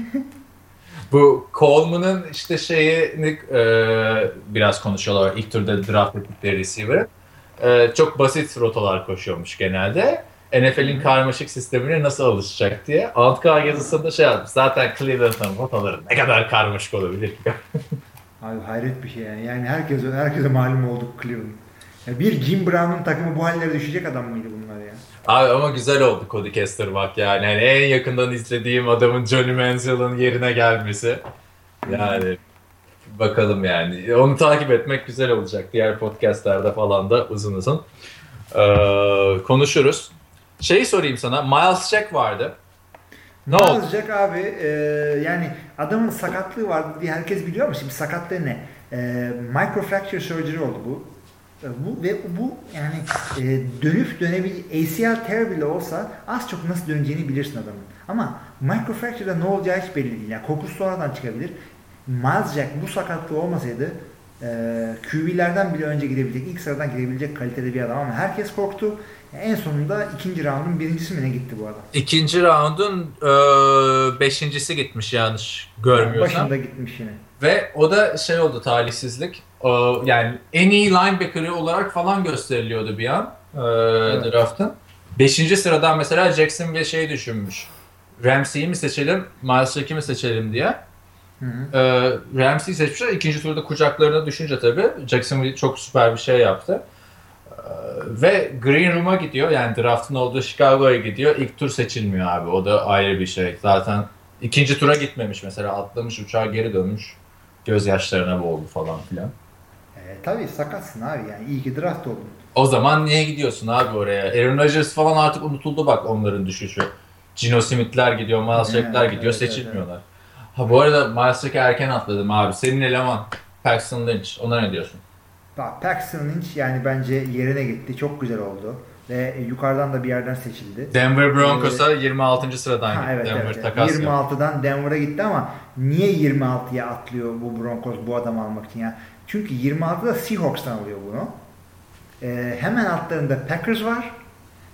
Bu Coleman'ın işte şeyini e, biraz konuşuyorlar ilk turda draft ettikleri receiver. E, çok basit rotalar koşuyormuş genelde. N F L'in karmaşık sistemine nasıl alışacak diye. Antka yazısında şey yazmış. Zaten Cleveland'ın rotaları ne kadar karmaşık olabilir ki? Abi hayret bir şey yani. Yani herkese herkese malum olduk Cleveland. Ya bir Jim Brown'un takımı bu hallere düşecek adam mıydı bunlar ya? Abi ama güzel oldu Cody Kessler bak yani. yani. En yakından izlediğim adamın Johnny Manziel'ın yerine gelmesi. Yani bakalım yani. Onu takip etmek güzel olacak. Diğer podcastlerde falan da uzun uzun ee, konuşuruz. Şeyi sorayım sana. Miles Jack vardı. Ne Miles oldu? Jack abi e, yani adamın sakatlığı vardı diye herkes biliyor mu? Şimdi sakatlığı ne? E, microfracture surgery oldu bu. Bu ve bu yani e, dönüp dönebilir A C L tear bile olsa az çok nasıl döneceğini bilirsin adamın. Ama microfracture'da ne olacağı hiç belli değil. Yani kokusu sonradan çıkabilir. Miles Jack bu sakatlığı olmasaydı e, Q B'lerden bile önce gidebilecek, ilk sıradan gidebilecek kalitede bir adam ama herkes korktu. En sonunda ikinci roundun birincisi mi ne gitti bu adam? İkinci roundun e, beşincisi gitmiş yanlış görmüyorsam. Başında gitmiş yine. Ve o da şey oldu talihsizlik. O, yani en iyi linebacker'ı olarak falan gösteriliyordu bir an e, evet. draft'ın. Beşinci sıradan mesela Jacksonville şey düşünmüş. Ramsey'i mi seçelim, Miles Jack'i mi seçelim diye. Hı hı. E, Ramsey'i seçmişler. İkinci turda kucaklarına düşünce tabii Jacksonville çok süper bir şey yaptı. E, ve Green Room'a gidiyor. Yani draft'ın olduğu Chicago'ya gidiyor. İlk tur seçilmiyor abi. O da ayrı bir şey. Zaten ikinci tura gitmemiş mesela. Atlamış uçağa geri dönmüş. Gözyaşlarına boğuldu falan filan. E, tabii sakatsın abi yani iyi ki draft oldun. O zaman niye gidiyorsun abi oraya? Aaron Rodgers falan artık unutuldu bak onların düşüşü. Gino Smith'ler gidiyor, Miles Jack'ler gidiyor, evet, seçilmiyorlar. Evet, evet. Ha bu arada Miles Jack'e erken atladım abi. Senin eleman Paxton Lynch. Ona ne diyorsun? Bak Paxton Lynch yani bence yerine gitti. Çok güzel oldu. Ve yukarıdan da bir yerden seçildi. Denver Broncos'a ee, yirmi altıncı sıradan ha, gitti. Evet, Denver evet, takas yirmi altıdan Denver'a gitti ama niye yirmi altıya atlıyor bu Broncos bu adamı almak için ya? Çünkü yirmi altıda Seahawks'tan alıyor bunu. Ee, hemen altlarında Packers var.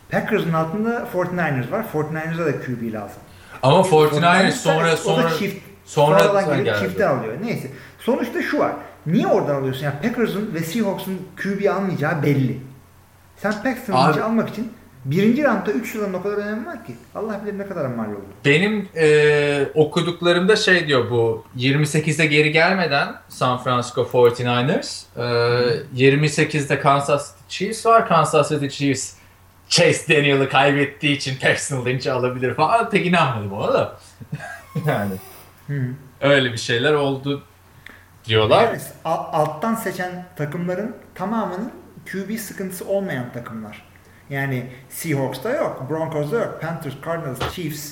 Packers'ın altında kırk dokuz ers var. kırk dokuz'a da Q B lazım. Ama kırk dokuz kırk sonra o da sonra çift. sonra Sonradan gelip geldi. çifte alıyor. Neyse. Sonuçta şu var. Niye oradan alıyorsun? Yani Packers'ın ve Seahawks'un Q B almayacağı belli. Sen Paxton'ı almak için birinci roundda üç yılın o kadar önemi var ki. Allah bilir ne kadar mal oldu. Benim e, okuduklarımda şey diyor bu yirmi sekizde geri gelmeden San Francisco kırk dokuz ers e, yirmi sekizde Kansas City Chiefs var. Kansas City Chiefs Chase Daniel'ı kaybettiği için Paxton Lynch'i alabilir falan. Pek inanmadım ona da. yani Hı. öyle bir şeyler oldu diyorlar. Yani alttan seçen takımların tamamının Q B sıkıntısı olmayan takımlar. Yani Seahawks'ta yok, Broncos'da yok, Panthers, Cardinals, Chiefs,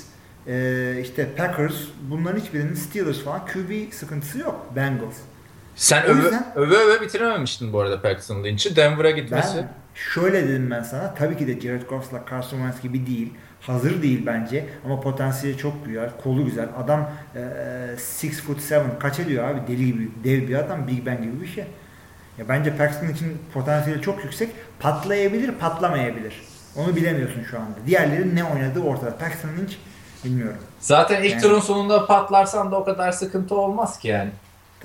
e, işte Packers, bunların hiçbirinin Steelers falan Q B sıkıntısı yok. Bengals. Sen o öve, yüzden, öve öve bitirememiştin bu arada Paxton Lynch'i. Denver'a gitmesi. Ben şöyle dedim ben sana. Tabii ki de Jared Goff'la Carson Wentz gibi değil. Hazır değil bence. Ama potansiyeli çok büyük. Kolu güzel. Adam e, altı foot yedi. Kaç ediyor abi? Deli gibi. Dev bir adam. Big Ben gibi bir şey. Ya bence Paxton için potansiyeli çok yüksek. Patlayabilir, patlamayabilir. Onu bilemiyorsun şu anda. Diğerleri ne oynadığı ortada. Paxton Lynch bilmiyorum. Zaten ilk yani, turun sonunda patlarsan da o kadar sıkıntı olmaz ki yani.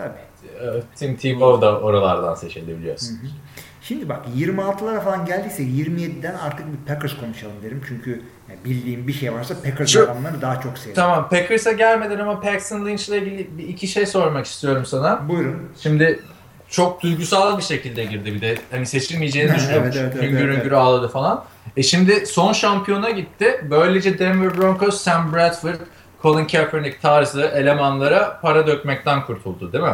Tabii. Tim Tebow da oralardan seçebiliyorsun. Hı hı. Şimdi bak yirmi altılara falan geldiyse yirmi yediden artık bir Packers konuşalım derim. Çünkü yani bildiğim bir şey varsa Packers Şu, adamları daha çok seviyorum. Tamam, Packers'a gelmeden ama Paxton Lynch'le ilgili bir iki şey sormak istiyorum sana. Buyurun. Şimdi çok duygusal bir şekilde girdi bir de. Hani seçilmeyeceğini düşünüyormuş. Evet, evet, hüngür evet, hüngür evet. ağladı falan. E şimdi son şampiyona gitti. Böylece Denver Broncos, Sam Bradford, Colin Kaepernick tarzı elemanlara para dökmekten kurtuldu değil mi?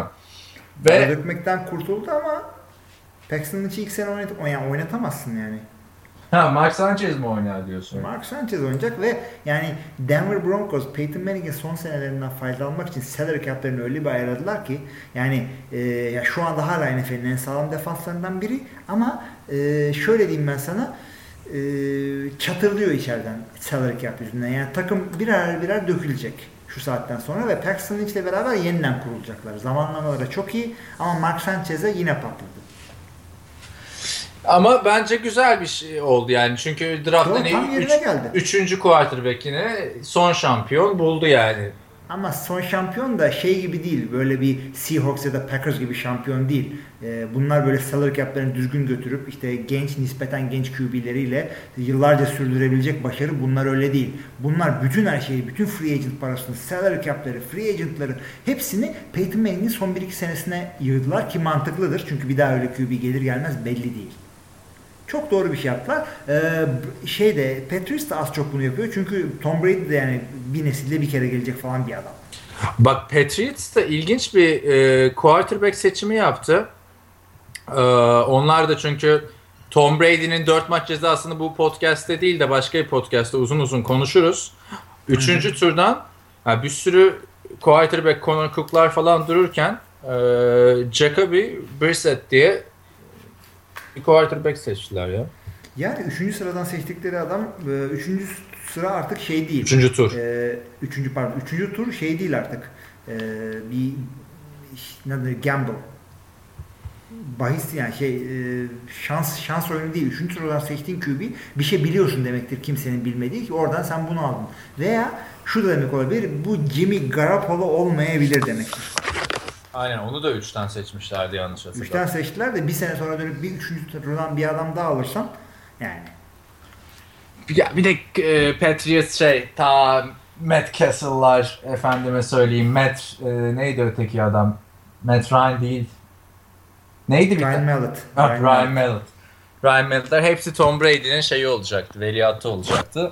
Ve Para dökmekten kurtuldu ama Paxton Lynch'i ilk sene oynat yani oynatamazsın yani. Ha, Mark Sanchez mi oynar diyorsun? Mark Sanchez oynayacak ve yani Denver Broncos Peyton Manning'in son senelerinden faydalanmak için salary cap'lerini öyle bir ayarladılar ki yani e, ya şu anda hala N F L'in en sağlam defanslarından biri ama e, şöyle diyeyim ben sana e, çatırlıyor içeriden salary cap yüzünden. Yani takım birer birer dökülecek şu saatten sonra ve Paxton Lynch'le beraber yeniden kurulacaklar. Zamanlamaları çok iyi ama Mark Sanchez'e yine patladı. Ama bence güzel bir şey oldu yani. Çünkü draft'ın üç, üçüncü quarterback'ini son şampiyon buldu yani. Ama son şampiyon da şey gibi değil. Böyle bir Seahawks ya da Packers gibi şampiyon değil. Ee, bunlar böyle salary cap'lerini düzgün götürüp işte genç, nispeten genç Q B'leriyle yıllarca sürdürebilecek başarı bunlar öyle değil. Bunlar bütün her şeyi, bütün free agent parasını, salary cap'leri, free agent'ları hepsini Peyton Manning'in son bir iki senesine yığdılar ki mantıklıdır. Çünkü bir daha öyle Q B gelir gelmez belli değil. Çok doğru bir şey yaptılar. Ee, şeyde Patriots da az çok bunu yapıyor. Çünkü Tom Brady de yani bir nesilde bir kere gelecek falan bir adam. Bak Patriots da ilginç bir e, quarterback seçimi yaptı. E, onlar da çünkü Tom Brady'nin dört maç cezasını bu podcast'te değil de başka bir podcast'te uzun uzun konuşuruz. Üçüncü turdan yani bir sürü quarterback, Connor Cook'lar falan dururken e, Jacoby Brissett diye bir quarterback seçtiler ya. Yani üçüncü sıradan seçtikleri adam üçüncü sıra artık şey değil. Üçüncü tur. E, üçüncü pardon. Üçüncü tur şey değil artık. E, bir ne gamble. Bahis yani şey e, şans şans oyunu değil. Üçüncü sıradan seçtiğin Q B bir şey biliyorsun demektir kimsenin bilmediği ki oradan sen bunu aldın. Veya şu da demek olabilir. Bu Jimmy Garoppolo olmayabilir demektir. Aynen onu da üçten seçmişlerdi yanlış hatırlamıyorum. Üçten seçtiler de bir sene sonra dönüp bir üçüncü turdan bir adam daha alırsan yani. Ya bir de e, Patriots şey ta Matt Castle'lar efendime söyleyeyim Matt e, neydi öteki adam? Matt Ryan değil. Neydi bir Ryan Mallett. Ha, Ryan, Ryan Mallett. Ryan Mallett'ler hepsi Tom Brady'nin şeyi olacaktı. Veliahtı olacaktı.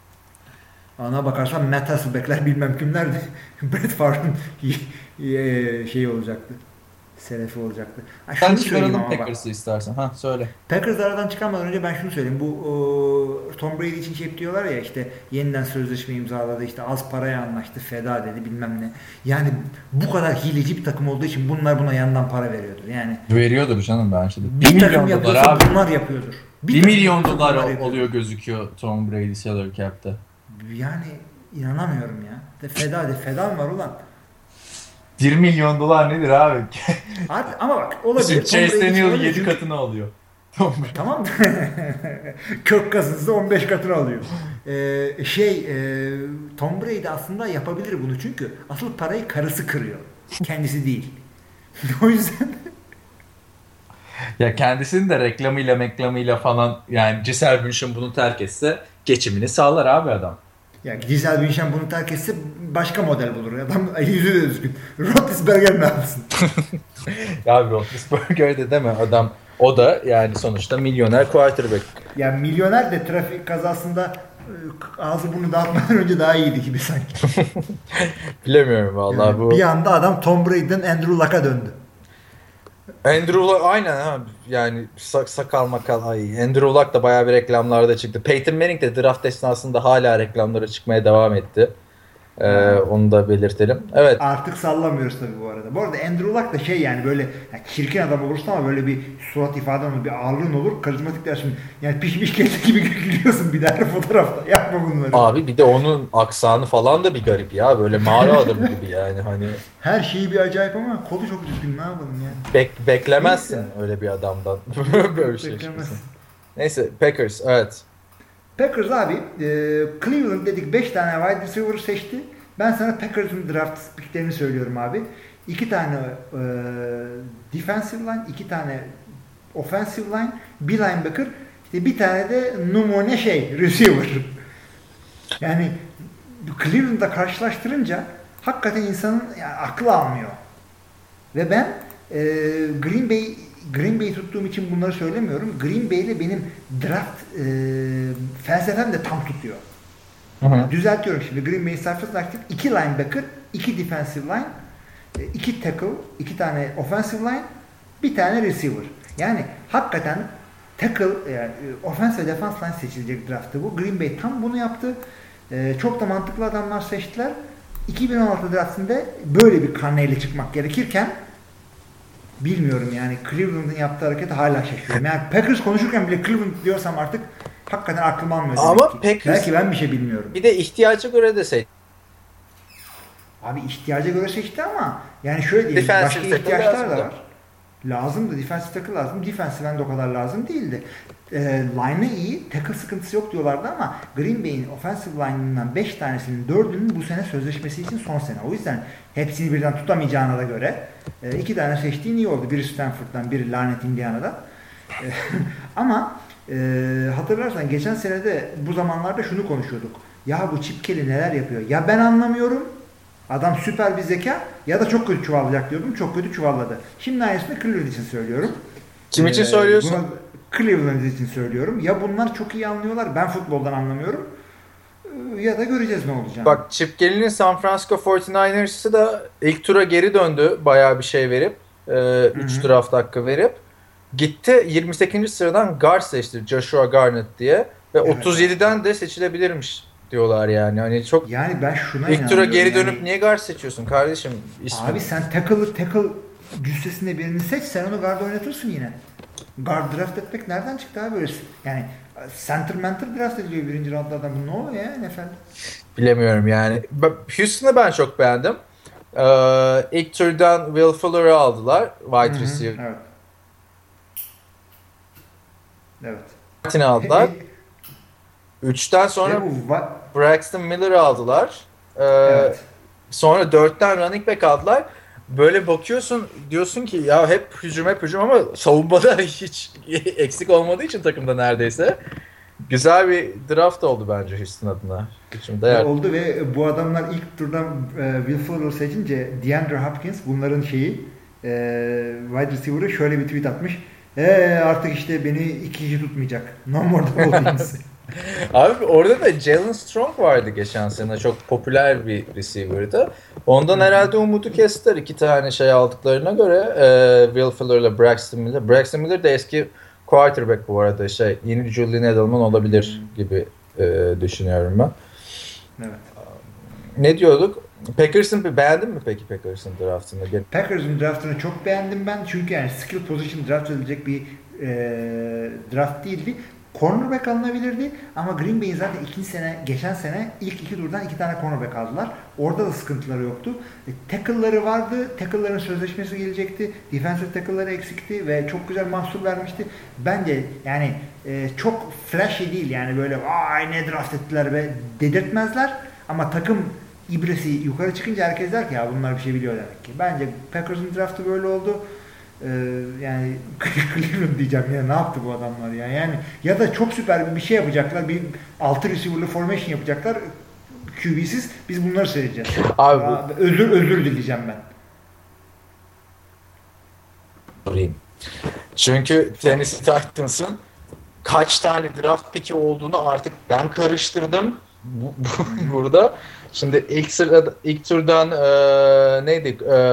Ana bakarsan Matt Hasselbeck'ler bilmem kimlerdi. Brett Favre'ın şeyi olacaktı. Selefi olacaktı. Ha, Sen çıkaralım Packers'ı istersen. Ha söyle. Packers aradan çıkarmadan önce ben şunu söyleyeyim. Bu o, Tom Brady için şey diyorlar ya işte yeniden sözleşme imzaladı işte az paraya anlaştı feda dedi bilmem ne. Yani bu kadar hileci bir takım olduğu için bunlar buna yandan para veriyordur. Yani veriyordur canım bence de. Bir, bir takım yapıyorsa bunlar yapıyordur. Bir, bir milyon dolar oluyor gözüküyor Tom Brady salary cap'te. Yani inanamıyorum ya. De feda de feda mı var ulan? bir milyon dolar nedir abi? Abi, ama bak olabilir. Chase Daniel yedi katını alıyor. Tamam. Kirk Cousins'da on beş katını alıyor. Ee, şey e, Tom Brady aslında yapabilir bunu çünkü asıl parayı karısı kırıyor. Kendisi değil. O yüzden Ya kendisinin de reklamıyla meklamıyla falan yani Gisele Bündchen bunu terk etse geçimini sağlar abi adam. ya Gisele Bündchen bunu terk etse başka model bulur. Adam yüzü de düzgün. Roethlisberger ne yapsın? Ya Roethlisberger de deme adam o da yani sonuçta milyoner quarterback. Ya milyoner de trafik kazasında e, ağzı burnu dağıtmadan önce daha iyiydi gibi sanki. Bilemiyorum vallahi Yani bu. bir anda adam Tom Brady'den Andrew Luck'a döndü. Andrew Luck aynen ha yani sak- sakal makal ay Andrew Luck da bayağı bir reklamlarda çıktı. Peyton Manning de draft esnasında hala reklamlara çıkmaya devam etti. Ee, onu da belirtelim. Evet. Artık sallamıyoruz tabii bu arada. Bu arada Andrew Luck da şey yani böyle yani çirkin adam olursun ama böyle bir surat ifaden olur, bir ağırlığın olur, karizmatik dersin. Yani pişmiş kedi gibi gülüyorsun bir daha fotoğrafta. Yapma bunları. Abi bir de onun aksanı falan da bir garip ya. Böyle mağara adamı gibi yani hani. Her şeyi bir acayip ama kolu çok düzgün, ne yapalım yani. Bek beklemezsin öyle bir adamdan. Böyle bir şey çıkmasın. Neyse Packers evet. Packers abi e, Cleveland dedik beş tane wide receiver seçti. Ben sana Packers'ın draft picklerini söylüyorum abi. iki tane e, defensive line, iki tane offensive line, bir linebacker, işte bir tane de numune şey receiver. Yani Cleveland'da karşılaştırınca hakikaten insanın yani aklı almıyor. Ve ben e, Green Bay Green Bay'i tuttuğum için bunları söylemiyorum. Green Bay ile benim draft e, felsefem de tam tutuyor. Hı hı. Düzeltiyorum şimdi. Green Bay'in sayfasında aktif iki linebacker, iki defensive line, iki tackle, iki tane offensive line, bir tane receiver. Yani hakikaten tackle, yani offense ve defense line seçilecek draftı bu. Green Bay tam bunu yaptı. E, çok da mantıklı adamlar seçtiler. iki bin on altı draftında böyle bir karneyle çıkmak gerekirken bilmiyorum yani Cleveland'ın yaptığı hareketi hala şaşırıyorum. Yani Packers konuşurken bile Cleveland diyorsam artık hakikaten aklım almıyor. Ama ki. Packers belki ben bir şey bilmiyorum. Bir de ihtiyaca göre de seç. Abi ihtiyaca göre seçti ama yani şöyle diyeyim, Defensive başka tackle ihtiyaçlar da lazımdı. var. Lazımdı. Defensive tackle lazım. Defensive end o kadar lazım değildi. E, line'ı iyi. Tackle sıkıntısı yok diyorlardı ama Green Bay'in offensive line'ından beş tanesinin dördünün bu sene sözleşmesi için son sene. O yüzden hepsini birden tutamayacağına da göre e, iki tane seçtiğin iyi oldu. Biri Stanford'dan, biri lanet Indiana'dan. E, ama e, hatırlarsan geçen senede bu zamanlarda şunu konuşuyorduk. Ya bu Chip Kelly neler yapıyor? Ya ben anlamıyorum. Adam süper bir zeka ya da çok kötü çuvallayacak diyordum. Çok kötü çuvalladı. Şimdi aynısını Cleveland için söylüyorum. Kim için Ee, söylüyorsun? buna Cleveland için söylüyorum. Ya bunlar çok iyi anlıyorlar. Ben futboldan anlamıyorum. Ee, Ya da göreceğiz ne olacağını. Bak Chip Kelly'nin San Francisco kırk dokuzers'ı da ilk tura geri döndü. Bayağı bir şey verip. üç draft hakkı verip. Gitti yirmi sekizinci sıradan guard seçti. Joshua Garnett diye. Ve Evet, otuz yediden de seçilebilirmiş diyorlar yani. Hani çok Yani ben şuna ilk tura inanıyorum. geri dönüp yani, niye guard seçiyorsun kardeşim? İsmi. Abi sen tackle tackle cüssesinde birini seç, sen onu guard oynatırsın yine. Guard draft etmek nereden çıktı abi böyle? Yani center mentor draft ediliyor birinci roundlardan. Bu ne oluyor ya efendim? Bilemiyorum yani. Houston'ı ben çok beğendim. Ee, ilk turdan Will Fuller'ı aldılar. Wide receiver. Evet. Evet. Martin'i aldılar. Üçten sonra Ve bu va- Braxton Miller'ı aldılar. Ee, evet. Sonra dörtten running back aldılar. Böyle bakıyorsun diyorsun ki ya hep hücum hep hücum ama savunmada hiç eksik olmadığı için takımda neredeyse. Güzel bir draft oldu bence Houston adına. Hücumda yer. Oldu ve bu adamlar ilk turdan e, Will Fuller seçince DeAndre Hopkins bunların şeyi e, wide receiver'ı şöyle bir tweet atmış. E, artık işte beni iki kişi tutmayacak. No more the Dolphins. Abi orada da Jalen Strong vardı geçen sene. Çok popüler bir receiver'dı. Ondan herhalde umudu kestiler. İki tane şey aldıklarına göre e, Will Fuller'la Braxton Miller. Braxton Miller de eski quarterback bu arada. Şey, yeni Julian Edelman olabilir gibi e, düşünüyorum ben. Evet. Ne diyorduk? Packers'ın beğendin mi peki Packers'ın draftını? Packers'ın draftını çok beğendim ben. Çünkü yani skill position draft edilecek bir e, draft değildi. Cornerback alınabilirdi ama Green Bay zaten ikinci sene, geçen sene ilk iki turdan iki tane cornerback aldılar. Orada da sıkıntıları yoktu. E, tackle'ları vardı. Tackle'ların sözleşmesi gelecekti. Defensive tackle'ları eksikti ve çok güzel mahsur vermişti. Bence yani e, çok flashy değil yani böyle vay ne draft ettiler be dedirtmezler ama takım ibresi yukarı çıkınca herkes der ki ya bunlar bir şey biliyor demek ki. Bence Packers'ın draftı böyle oldu. Ee, yani Cleveland diyeceğim ya ne yaptı bu adamlar ya yani ya da çok süper bir şey yapacaklar bir altı receiver'lı formation yapacaklar Q B'siz biz bunları seyredeceğiz. Abi ya, özür özür dileyeceğim ben. Sorayım. Çünkü Tennessee Titans'ın kaç tane draft pick'i olduğunu artık ben karıştırdım bu, bu, burada. Şimdi ilk sırada ilk turdan e, neydi? E,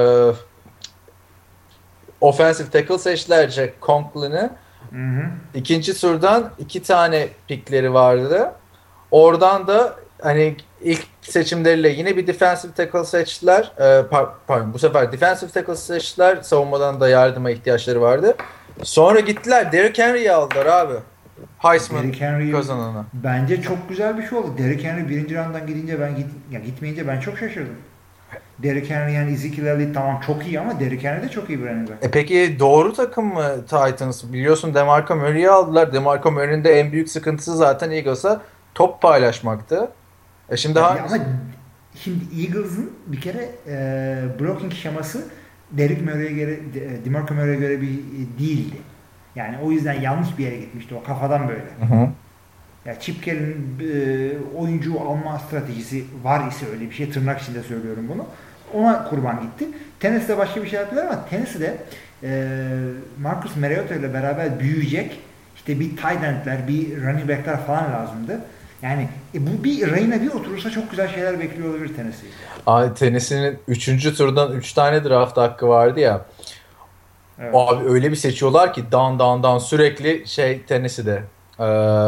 offensive tackle seçtiler Jack Conklin'i. İkinci turdan iki tane pickleri vardı. Oradan da hani ilk seçimleriyle yine bir defensive tackle seçtiler. Ee, pardon bu sefer defensive tackle seçtiler. Savunmadan da yardıma ihtiyaçları vardı. Sonra gittiler Derrick Henry'yi aldılar abi. Heisman kazananı. Bence çok güzel bir şey oldu. Derrick Henry birinci rounddan gidince ben git, ya gitmeyince ben çok şaşırdım. Derrick Henry yani Ezekiel Elliott tamam çok iyi ama Derrick Henry de çok iyi bir running back. E peki doğru takım mı Titans? Biliyorsun DeMarco Murray'i aldılar. DeMarco Murray'nin de en büyük sıkıntısı zaten Eagles'a top paylaşmaktı. E şimdi yani ama şimdi Eagles'ın bir kere e, blocking şeması Derrick Murray'e göre, DeMarco Murray'e göre bir e, değildi. Yani o yüzden yanlış bir yere gitmişti o kafadan böyle. Hı hı. Ya Chip Kelly'nin e, oyuncu alma stratejisi var ise öyle bir şey tırnak içinde söylüyorum bunu. Ona kurban gitti. Tennessee'de başka bir şey yaptılar ama Tennessee'de e, Marcus Mariota ile beraber büyüyecek işte bir tight end'ler, bir running back'ler falan lazımdı. Yani e, bu bir rayına bir oturursa çok güzel şeyler bekliyor olabilir Tennessee. Abi Tennessee'nin üçüncü turdan üç tane draft hakkı vardı ya. Evet. Abi öyle bir seçiyorlar ki down down down sürekli şey Tennessee'de. Ee,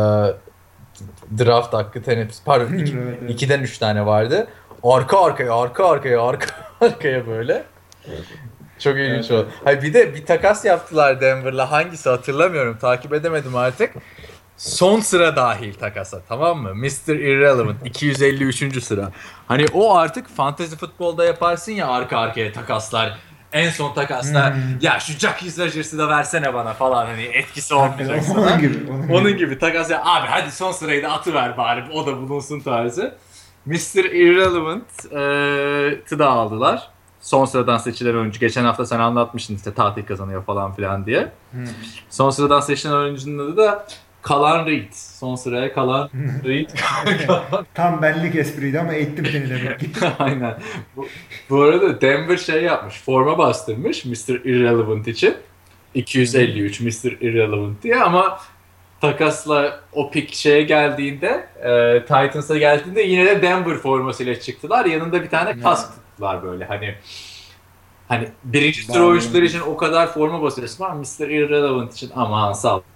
draft hakkı Tennessee. Pardon iki, evet, evet. ikiden üç tane vardı. Arka arkaya arka arkaya arka arkaya böyle. Çok ilginç evet, oldu. Evet. Hayır bir de bir takas yaptılar Denver'la. Hangisi hatırlamıyorum. Takip edemedim artık. Son sıra dahil takasa, tamam mı? mister Irrelevant iki yüz elli üçüncü sıra. Hani o artık fantasy futbolda yaparsın ya arka arkaya takaslar. En son takaslar hmm. ya şu Jackie Rodgers'ı da versene bana falan hani etkisi olmayacak sana. Onun gibi. Onun, onun gibi. gibi takas ya abi hadi son sırayı da atıver bari o da bulunsun tarzı. mister Irrelevant'ı da aldılar. Son sıradan seçilen oyuncu. Geçen hafta sen anlatmıştın işte tatil kazanıyor falan filan diye. Hmm. Son sıradan seçilen oyuncunun adı da Kalan Reed. Son sıraya Kalan Reed. Tam benlik espriydi ama eğittim seni demek ki. Aynen. Bu, bu arada Denver şey yapmış. Forma bastırmış mister Irrelevant için. iki yüz elli üç mister Irrelevant diye ama takasla o pick şeye geldiğinde e, Titans'a geldiğinde yine de Denver formasıyla çıktılar. Yanında bir tane kask tuttular böyle hani hani birinci sıra oyuncuları için o kadar forma basıyorsun ama mister Irrelevant için aman sağ ol.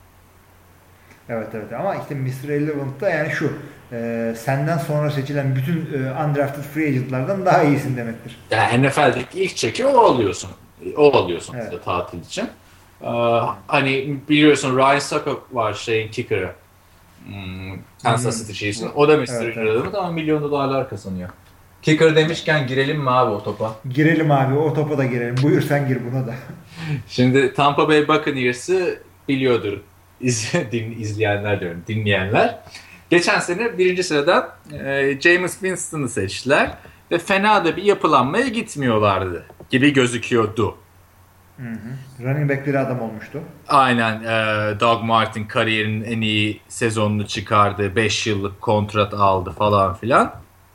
Evet evet ama işte mister Irrelevant'ta yani şu e, senden sonra seçilen bütün e, undrafted free agent'lardan daha iyisin demektir. Yani N F L'deki ilk çeki o alıyorsun. O alıyorsun evet. işte tatil için. Ee, hani biliyorsun Ryan Suckup var şeyin kicker'ı. Hmm, Kansas City Chiefs'in. O da mister Evet, Irrelevant evet. ama milyon dolarlar kazanıyor. Kicker demişken girelim mi abi o topa? Girelim abi o topa da girelim. Buyur sen gir buna da. Şimdi Tampa Bay Buccaneers'ı biliyordur. İz, din, izleyenler diyorum, dinleyenler. Geçen sene birinci sıradan e, Jameis Winston'ı seçtiler ve fena da bir yapılanmaya gitmiyorlardı gibi gözüküyordu. Hı hı. Running back bir adam olmuştu. Aynen. E, Doug Martin kariyerinin en iyi sezonunu çıkardı. beş yıllık kontrat aldı falan filan.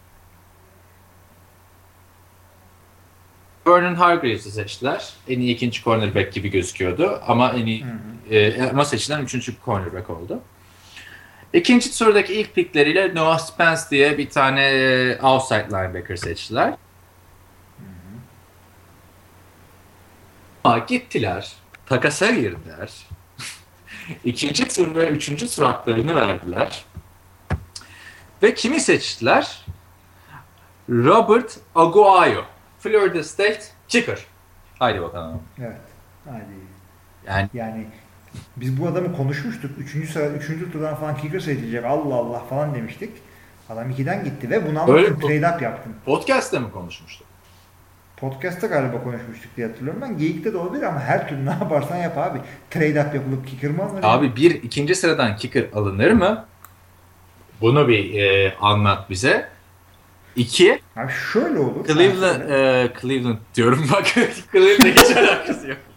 Vernon Hargreaves'i seçtiler. En iyi ikinci cornerback gibi gözüküyordu. Ama en iyi hı hı. E, ama seçilen üçüncü cornerback oldu. İkinci turdaki ilk pickleriyle Noah Spence diye bir tane outside linebacker seçtiler. Hı hı. Ama gittiler. Takasa girdiler. İkinci tur ve üçüncü tur haklarını verdiler. Ve kimi seçtiler? Robert Aguayo. Florida State kicker. Haydi bakalım. Evet. Haydi. Yani, yani Biz bu adamı konuşmuştuk. Üçüncü sıra, üçüncü turdan falan kicker seçilecek. Allah Allah falan demiştik. Adam ikiden gitti ve bunu almak için trade up yaptım. Podcast'te mi konuşmuştuk? Podcast'ta galiba konuşmuştuk diye hatırlıyorum ben. Geyik'te de olabilir ama her türlü ne yaparsan yap abi. Trade up yapılıp kicker mı alınır? Abi bir ikinci sıradan kicker alınır mı? Bunu bir e, anlat bize. İki. Abi şöyle olur. Cleveland, e, Cleveland diyorum bak. Cleveland'da hiç alakası yok.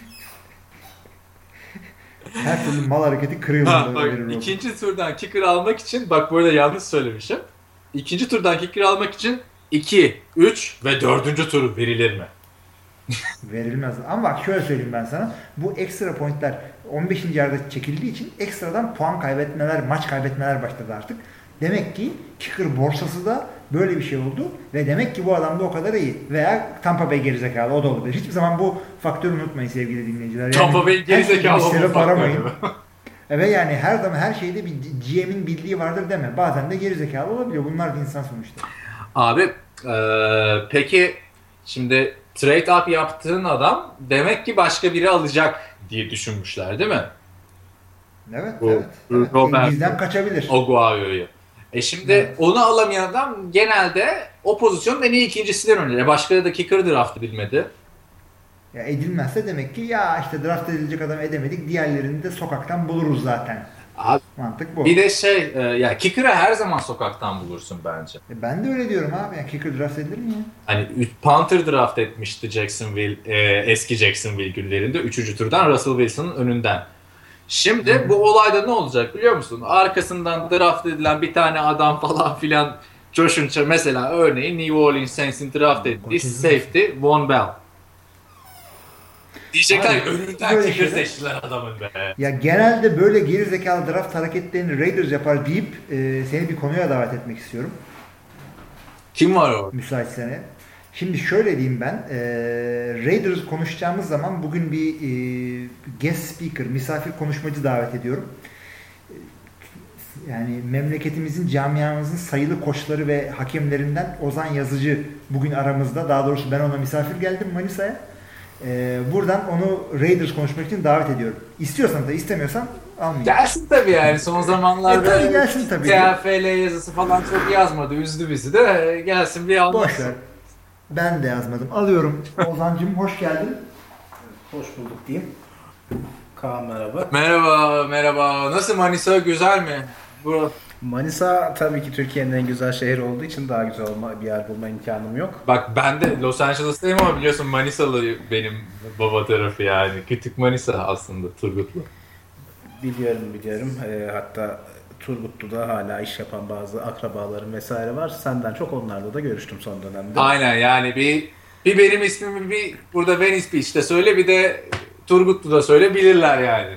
Her türlü mal hareketi Cleveland'da verir olur. İkinci turdan kicker almak için, bak bu arada yanlış söylemişim. İkinci turdan kicker almak için iki, üç ve dördüncü tur verilir mi? Verilmez. Ama bak şöyle söyleyeyim ben sana. Bu ekstra pointler on beşinci yerde çekildiği için ekstradan puan kaybetmeler, maç kaybetmeler başladı artık. Demek ki kicker borsası da böyle bir şey oldu ve demek ki bu adam da o kadar iyi. Veya Tampa Bay gerizekalı, o da olabilir. Hiçbir zaman bu faktörü unutmayın sevgili dinleyiciler. Yani Tampa Bay gerizekalı sebep aramayın. Evet yani her zaman her şeyde bir G M'in bildiği vardır deme. Bazen de gerizekalı olabiliyor. Bunlar da insan sonuçta. Abi ee, peki şimdi trade up yaptığın adam demek ki başka biri alacak diye düşünmüşler değil mi? Evet, Bu, evet. evet. Robert, bizden kaçabilir. Oguayo'yu. E şimdi evet. Onu alamayan adam genelde o pozisyonun en iyi ikincisinden önce. Başkaları da kicker draft edilmedi. Ya edilmezse demek ki ya işte draft edilecek adam edemedik. Diğerlerini de sokaktan buluruz zaten. Abi, mantık bu. Bir de şey e, ya kicker'ı her zaman sokaktan bulursun bence. E ben de öyle diyorum abi. Yani kicker draft edilir mi ya? Hani punter draft etmişti Jacksonville e, eski Jacksonville günlerinde üçüncü turdan Russell Wilson'ın önünden. Şimdi hmm. bu olayda ne olacak biliyor musun? Arkasından draft edilen bir tane adam falan filan coşunca mesela örneğin New Orleans Saints'in draft ettiği safety Von Bell. Diyecekler ki önünden kicker seçtiler adamın be. Ya genelde böyle gerizekalı draft hareketlerini Raiders yapar deyip e, seni bir konuya davet etmek istiyorum. Kim var orada? Müsait sene. Şimdi şöyle diyeyim ben. E, Raiders konuşacağımız zaman bugün bir e, guest speaker, misafir konuşmacı davet ediyorum. Yani memleketimizin, camiamızın sayılı koçları ve hakemlerinden Ozan Yazıcı bugün aramızda. Daha doğrusu ben ona misafir geldim Manisa'ya. Ee, buradan onu Raiders konuşmak için davet ediyorum. İstiyorsan da istemiyorsan almayacağım. Gelsin tabii yani son zamanlarda e, gelsin tabii. T F L yazısı falan çok yazmadı. Üzdü bizi de. Gelsin bir almasın. Boş ver. Ben de yazmadım. Alıyorum. Ozan'cığım hoş geldin. Hoş bulduk diyeyim. Kaan merhaba. Merhaba, merhaba. Nasıl Manisa, güzel mi? Bu Manisa tabii ki Türkiye'nin en güzel şehri olduğu için daha güzel olma, bir yer bulma imkanım yok. Bak ben de Los Angeles'tayım ama biliyorsun Manisalı benim baba tarafı yani. Küçük Manisa aslında, Turgutlu. Biliyorum biliyorum. E, hatta Turgutlu'da hala iş yapan bazı akrabalarım vesaire var. Senden çok onlarla da görüştüm son dönemde. Aynen yani bir bir benim ismimi bir burada Venice Beach'te söyle, bir de Turgutlu'da söyle, bilirler yani.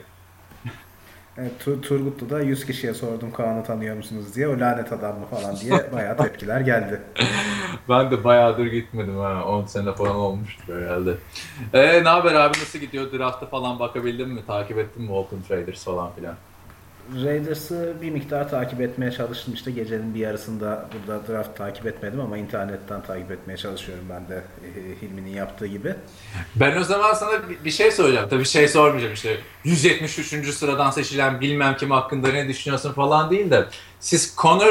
Evet, Tur- Turgutlu'da yüz kişiye sordum Kaan'ı tanıyor musunuz diye. O lanet adam mı falan diye bayağı tepkiler geldi. Ben de bayağıdır gitmedim ha. on sene falan olmuştur herhalde. Eee ne haber abi, nasıl gidiyor? Draft'a falan bakabildin mi? Takip ettin mi Oakland Raiders falan filan? Raiders'ı bir miktar takip etmeye çalıştım. İşte gecenin bir yarısında burada draft takip etmedim ama internetten takip etmeye çalışıyorum ben de e, Hilmi'nin yaptığı gibi. Ben o zaman sana bir şey soracağım. Tabii şey sormayacağım işte yüz yetmiş üçüncü sıradan seçilen bilmem kim hakkında ne düşünüyorsun falan değil de siz Connor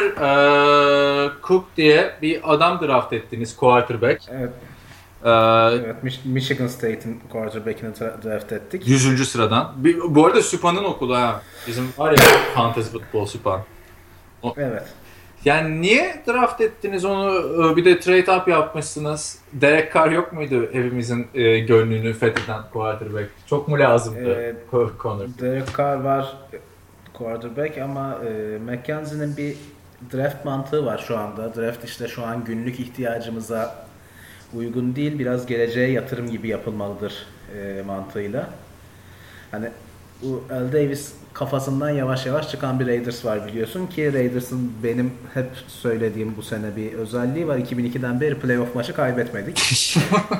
e, Cook diye bir adam draft ettiniz, quarterback. Evet. Ee, evet, Michigan State'in quarterback'ini draft ettik. yüzüncü sıradan. Bir, bu arada Süpan'ın okulu ha. Bizim var ya fantasy futbol Süpan. O, evet. Yani niye draft ettiniz onu? Bir de trade up yapmışsınız. Derek Carr yok muydu evimizin e, gönlünü fetheden quarterback? Çok mu lazımdı ee, Connor? Derek Carr var quarterback ama e, McKenzie'nin bir draft mantığı var şu anda. Draft işte şu an günlük ihtiyacımıza uygun değil, biraz geleceğe yatırım gibi yapılmalıdır e, mantığıyla. Hani bu Al Davis kafasından yavaş yavaş çıkan bir Raiders var biliyorsun ki Raiders'ın benim hep söylediğim bu sene bir özelliği var. iki bin ikiden beri playoff maçı kaybetmedik.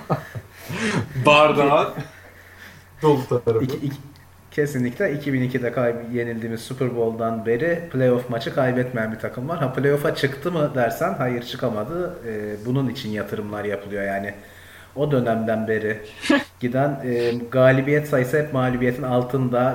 Bardağın dolu tarafı. İki, iki, kesinlikle iki bin ikide kayb- yenildiğimiz Super Bowl'dan beri playoff maçı kaybetmeyen bir takım var. Ha playoff'a çıktı mı dersen hayır çıkamadı. Ee, bunun için yatırımlar yapılıyor yani. O dönemden beri giden e, galibiyet sayısı hep mağlubiyetin altında.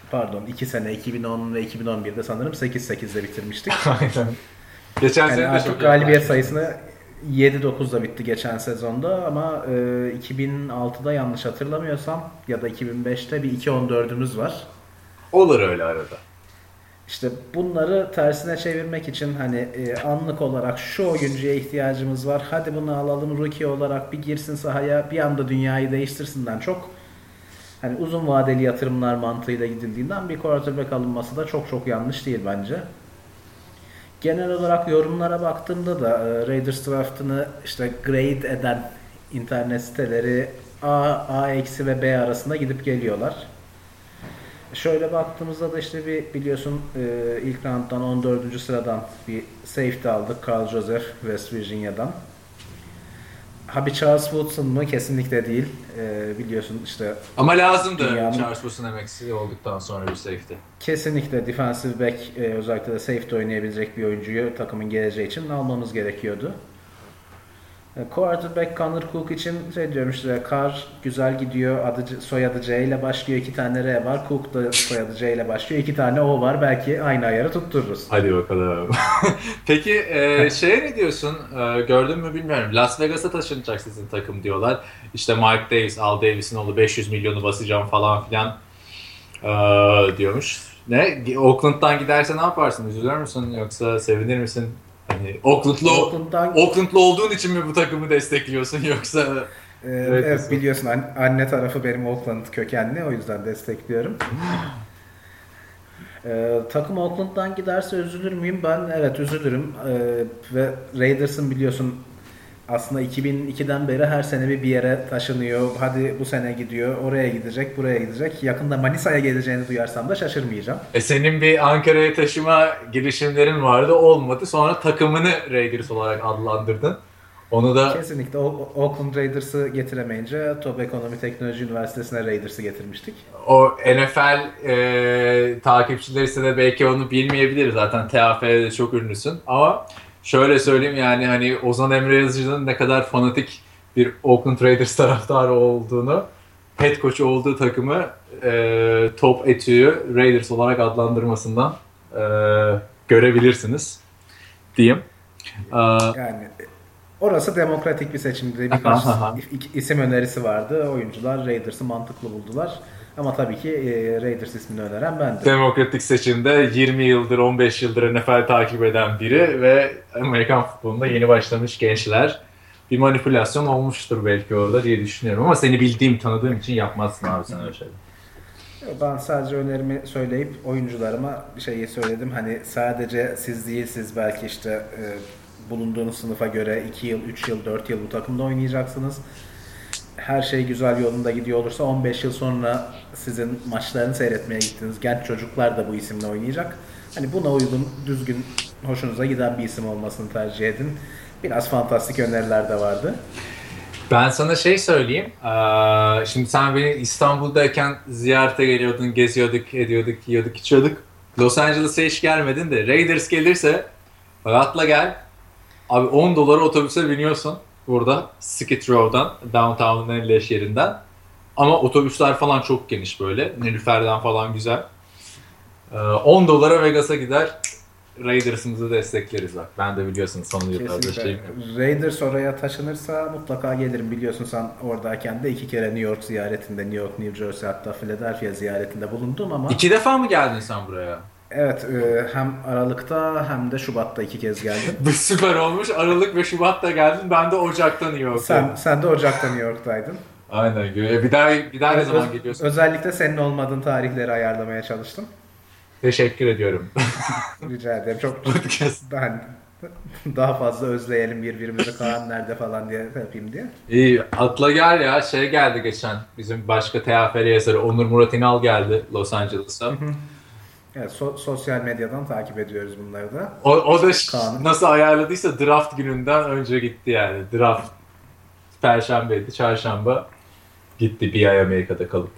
pardon iki sene iki bin on ve iki bin on birde sanırım sekiz sekizde bitirmiştik. Aynen. Geçen Yani sene de artık çok galibiyet yaklaştı. sayısını yedi dokuzda bitti geçen sezonda ama e, iki bin altıda yanlış hatırlamıyorsam ya da iki bin beşte bir iki on dördümüz var. Olur öyle arada. İşte bunları tersine çevirmek için hani e, anlık olarak şu oyuncuya ihtiyacımız var. Hadi bunu alalım rookie olarak bir girsin sahaya bir anda dünyayı değiştirsinden çok hani uzun vadeli yatırımlar mantığıyla gidildiğinden bir quarterback alınması da çok çok yanlış değil bence. Genel olarak yorumlara baktığımda da e, Raiders draftını işte grade eden internet siteleri A, A eksi ve B arasında gidip geliyorlar. Şöyle baktığımızda da işte bir biliyorsun e, ilk rounddan on dördüncü sıradan bir safety aldık Carl Joseph West Virginia'dan. Ha bir Charles Woodson mu? Kesinlikle değil. E, biliyorsun işte Ama lazımdı Dünyanın- Charles Woodson emeksi olduktan sonra bir safety. kesinlikle defensive back e, özellikle de safety oynayabilecek bir oyuncuyu takımın geleceği için almamız gerekiyordu. E, Quarterback Connor Cook için şey diyorum işte Carr güzel gidiyor. Adı, soyadı C ile başlıyor. iki tane R var. Cook da soyadı C ile başlıyor. iki tane O var. Belki aynı ayarı tuttururuz. Hadi bakalım. Peki e, şeye ne diyorsun? E, gördün mü bilmiyorum. Las Vegas'a taşınacak sizin takım diyorlar. İşte Mark Davis, Al Davis'in oğlu beş yüz milyonu basacağım falan filan e, diyormuş. Ne? Oakland'dan giderse ne yaparsın? Üzülür müsün yoksa sevinir misin? Hani Oakland'lı, Oakland'dan Oakland'lı olduğun için mi bu takımı destekliyorsun yoksa? Ee, evet biliyorsun an- anne tarafı benim Oakland kökenli o yüzden destekliyorum. Ee, takım Oakland'dan giderse üzülür müyüm? Ben evet üzülürüm. Ee, ve Raiders'ın biliyorsun aslında iki bin ikiden beri her sene bir bir yere taşınıyor. Hadi bu sene gidiyor, oraya gidecek, buraya gidecek. Yakında Manisa'ya geleceğini duyarsam da şaşırmayacağım. E senin bir Ankara'ya taşıma girişimlerin vardı, olmadı. Sonra takımını Raiders olarak adlandırdın. Onu da Kesinlikle o- Oakland Raiders'ı getiremeyince Top Ekonomi Teknoloji Üniversitesi'ne Raiders'ı getirmiştik. o N F L e, takipçileri ise de belki onu bilmeyebilir. Zaten T A F'de de çok ünlüsün. Ama şöyle söyleyeyim yani hani Ozan Emre Yazıcı'nın ne kadar fanatik bir Oakland Raiders taraftarı olduğunu, head coach olduğu takımı e, top etüyü Raiders olarak adlandırmasından e, görebilirsiniz diyeyim. E, Yani orası demokratik bir seçimdi. Birkaç Aha. i- isim önerisi vardı. Oyuncular Raiders'ı mantıklı buldular. Ama tabii ki e, Raiders ismini öneren bendim. Demokratik seçimde yirmi yıldır, on beş yıldır N F L takip eden biri ve Amerikan futbolunda yeni başlamış gençler. Bir manipülasyon olmuştur belki orada diye düşünüyorum ama seni bildiğim, tanıdığım için yapmazsın abi sen öyle şeyler. Ben sadece önerimi söyleyip oyuncularıma bir şeyi söyledim. Hani sadece siz değil, siz belki işte e, bulunduğunuz sınıfa göre iki yıl, üç yıl, dört yıl bu takımda oynayacaksınız. Her şey güzel yolunda gidiyor olursa on beş yıl sonra sizin maçlarını seyretmeye gittiğiniz genç çocuklar da bu isimle oynayacak. Hani buna uygun, düzgün, hoşunuza giden bir isim olmasını tercih edin. Biraz fantastik öneriler de vardı. Ben sana şey söyleyeyim. Ee, Şimdi sen beni İstanbul'dayken ziyarete geliyordun, geziyorduk, ediyorduk, yiyorduk, içiyorduk. Los Angeles'a hiç gelmedin de Raiders gelirse rahatla gel. Abi on dolara otobüse biniyorsun burada Skid Row'dan, Downtown'un en leş yerinden. Ama otobüsler falan çok geniş böyle. Nilüfer'den falan güzel. Ee, on dolara Vegas'a gider. Raiders'ımızı destekleriz bak. Ben de biliyorsun son yıllarda Kesinlikle. şeyim. Raiders oraya taşınırsa mutlaka gelirim. Biliyorsun sen oradayken de iki kere New York ziyaretinde, New York, New Jersey hatta Philadelphia ziyaretinde bulundum ama İki defa mı geldin sen buraya? evet e, hem Aralık'ta hem de Şubat'ta iki kez geldim. Bu süper olmuş. Aralık ve Şubat'ta geldin. Ben de Ocak'ta New York'tayım. Sen sen de Ocak'ta New York'taydın. Aynen. gö- Bir daha bir daha ne Öz- zaman geliyorsun? Özellikle senin olmadığın tarihleri ayarlamaya çalıştım. Teşekkür ediyorum. Rica ederim. Çok Podcast. ben daha fazla özleyelim birbirimizi Kaan nerede falan diye yapayım diye. İyi. Atla gel ya. Şey geldi geçen. Bizim başka T A F L yazarı Onur Murat İnal geldi Los Angeles'a. Evet, so- sosyal medyadan takip ediyoruz bunları da. O, o da ş- Kaan. nasıl ayarladıysa draft gününden önce gitti yani. Draft Perşembeydi, çarşamba gitti bir ay Amerika'da kalıp.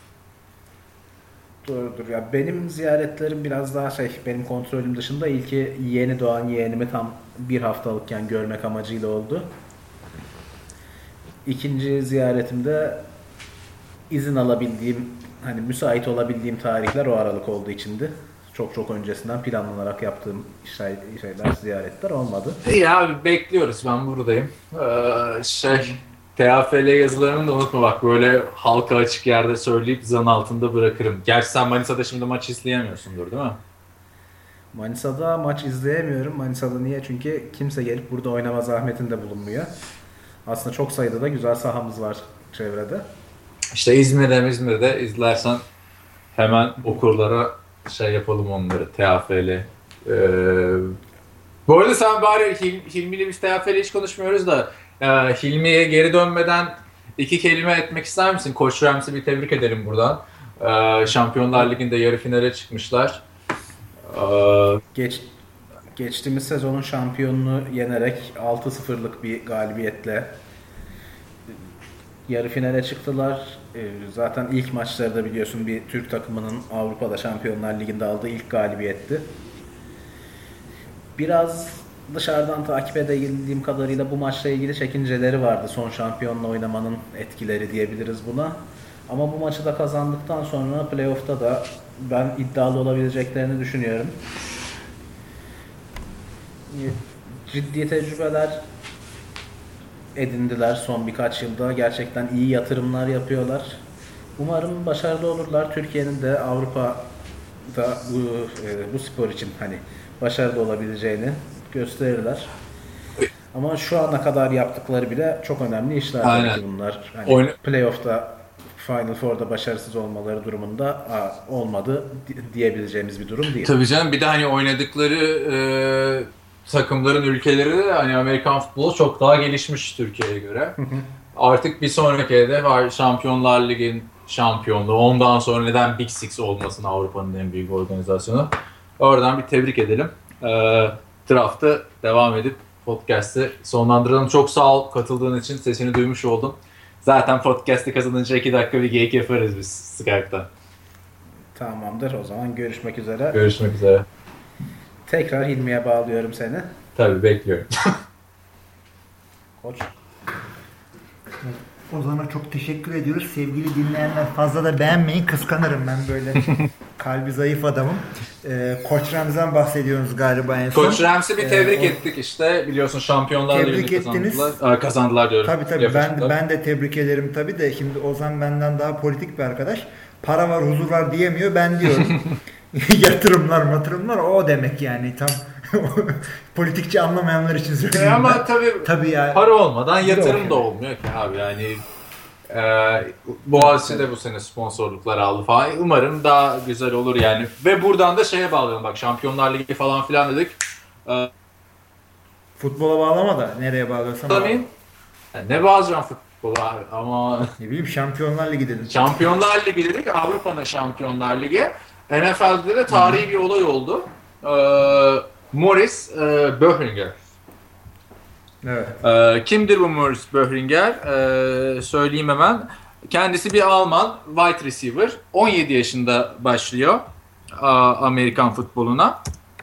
Doğrudur ya. Benim ziyaretlerim biraz daha şey, benim kontrolüm dışında ilki yeni doğan yeğenimi tam bir haftalıkken görmek amacıyla oldu. İkinci ziyaretimde izin alabildiğim, hani müsait olabildiğim tarihler o aralık olduğu içindi. Çok çok öncesinden planlanarak yaptığım şey, şeyler, ziyaretler olmadı. İyi abi bekliyoruz, ben buradayım. Ee, şey T A F L yazılarını da unutma bak, böyle halka açık yerde söyleyip zan altında bırakırım. Gerçi sen Manisa'da şimdi maç izleyemiyorsundur değil mi? Manisa'da maç izleyemiyorum. Manisa'da niye? Çünkü kimse gelip burada oynama zahmetinde bulunmuyor. Aslında çok sayıda da güzel sahamız var çevrede. İşte İzmir'de İzmir'de izlersen hemen okurlara şey yapalım onları, T A F L. Ee, bu arada sen bari Hil- Hilmi'yle biz T A F L hiç konuşmuyoruz da e, Hilmi'ye geri dönmeden iki kelime etmek ister misin? Koç Rams'i bir tebrik edelim buradan. Ee, Şampiyonlar Ligi'nde yarı finale çıkmışlar. Ee, Geç, geçtiğimiz sezonun şampiyonunu yenerek altı sıfırlık bir galibiyetle yarı finale çıktılar. Ee, Zaten ilk maçları da biliyorsun bir Türk takımının Avrupa'da Şampiyonlar Ligi'nde aldığı ilk galibiyetti. Biraz dışarıdan takip edebildiğim kadarıyla bu maçla ilgili çekinceleri vardı. Son şampiyonla oynamanın etkileri diyebiliriz buna. Ama bu maçı da kazandıktan sonra playoff'ta da ben iddialı olabileceklerini düşünüyorum. Ciddi tecrübeler edindiler son birkaç yılda. Gerçekten iyi yatırımlar yapıyorlar. Umarım başarılı olurlar. Türkiye'nin de Avrupa'da bu, e, bu spor için hani başarılı olabileceğini gösterirler. Ama şu ana kadar yaptıkları bile çok önemli işler tabii ki bunlar. Hani Oyna- playoff'ta Final Four'da başarısız olmaları durumunda aa, olmadı di- diyebileceğimiz bir durum değil. Tabii canım, bir de hani oynadıkları e, takımların ülkeleri de hani Amerikan futbolu çok daha gelişmiş Türkiye'ye göre. Artık bir sonraki hedef var, Şampiyonlar Ligi'nin şampiyonluğu. Ondan sonra neden Big Six olmasın, Avrupa'nın en büyük organizasyonu. Oradan bir tebrik edelim. E, draft'ı devam edip podcast'ı sonlandıralım. Çok sağ ol katıldığın için, sesini duymuş oldum. Zaten podcast'ı kazanınca iki dakika bir geyik yaparız biz Skype'tan. Tamamdır, o zaman görüşmek üzere. Görüşmek üzere. Tekrar Hilmi'ye bağlıyorum seni. Tabii bekliyorum. Koç. Ozan'a çok teşekkür ediyoruz. Sevgili dinleyenler, fazla da beğenmeyin. Kıskanırım ben böyle kalbi zayıf adamım. Ee, Koç Rams'dan bahsediyorsunuz galiba en son. Koç Rams'i bir tebrik Ee, ettik işte. Biliyorsun Şampiyonlar Tebrik Ligi'ni ettiniz. kazandılar. Aa, kazandılar diyorum. Tabii tabii ben, Yapıştılar. ben de tebrik ederim tabii de şimdi Ozan benden daha politik bir arkadaş. Para var, huzur var diyemiyor, ben diyorum. Yatırımlar matırımlar o demek yani tam politikçi anlamayanlar için E söylüyorum. ama ben. tabii Tabii ya. para olmadan yatırım Yok. da olmuyor ki abi yani. E, Boğaziçi de bu sene sponsorluklar aldı falan. Umarım daha güzel olur yani. Ve buradan da şeye bağlayalım bak, Şampiyonlar Ligi falan filan dedik. E, Futbola bağlama da nereye bağlıyorsam bağla. Tabii. Yani ne bağlayacağım futbola abi ama Ne bileyim Şampiyonlar Ligi dedim. Şampiyonlar Ligi dedik, Avrupa'nın Şampiyonlar Ligi. N F L'de de tarihi bir olay oldu. Ee, Morris e, Böhringer. Evet. Ee, kimdir bu Morris Böhringer? Ee, söyleyeyim hemen. Kendisi bir Alman wide receiver. on yedi yaşında başlıyor a, Amerikan futboluna.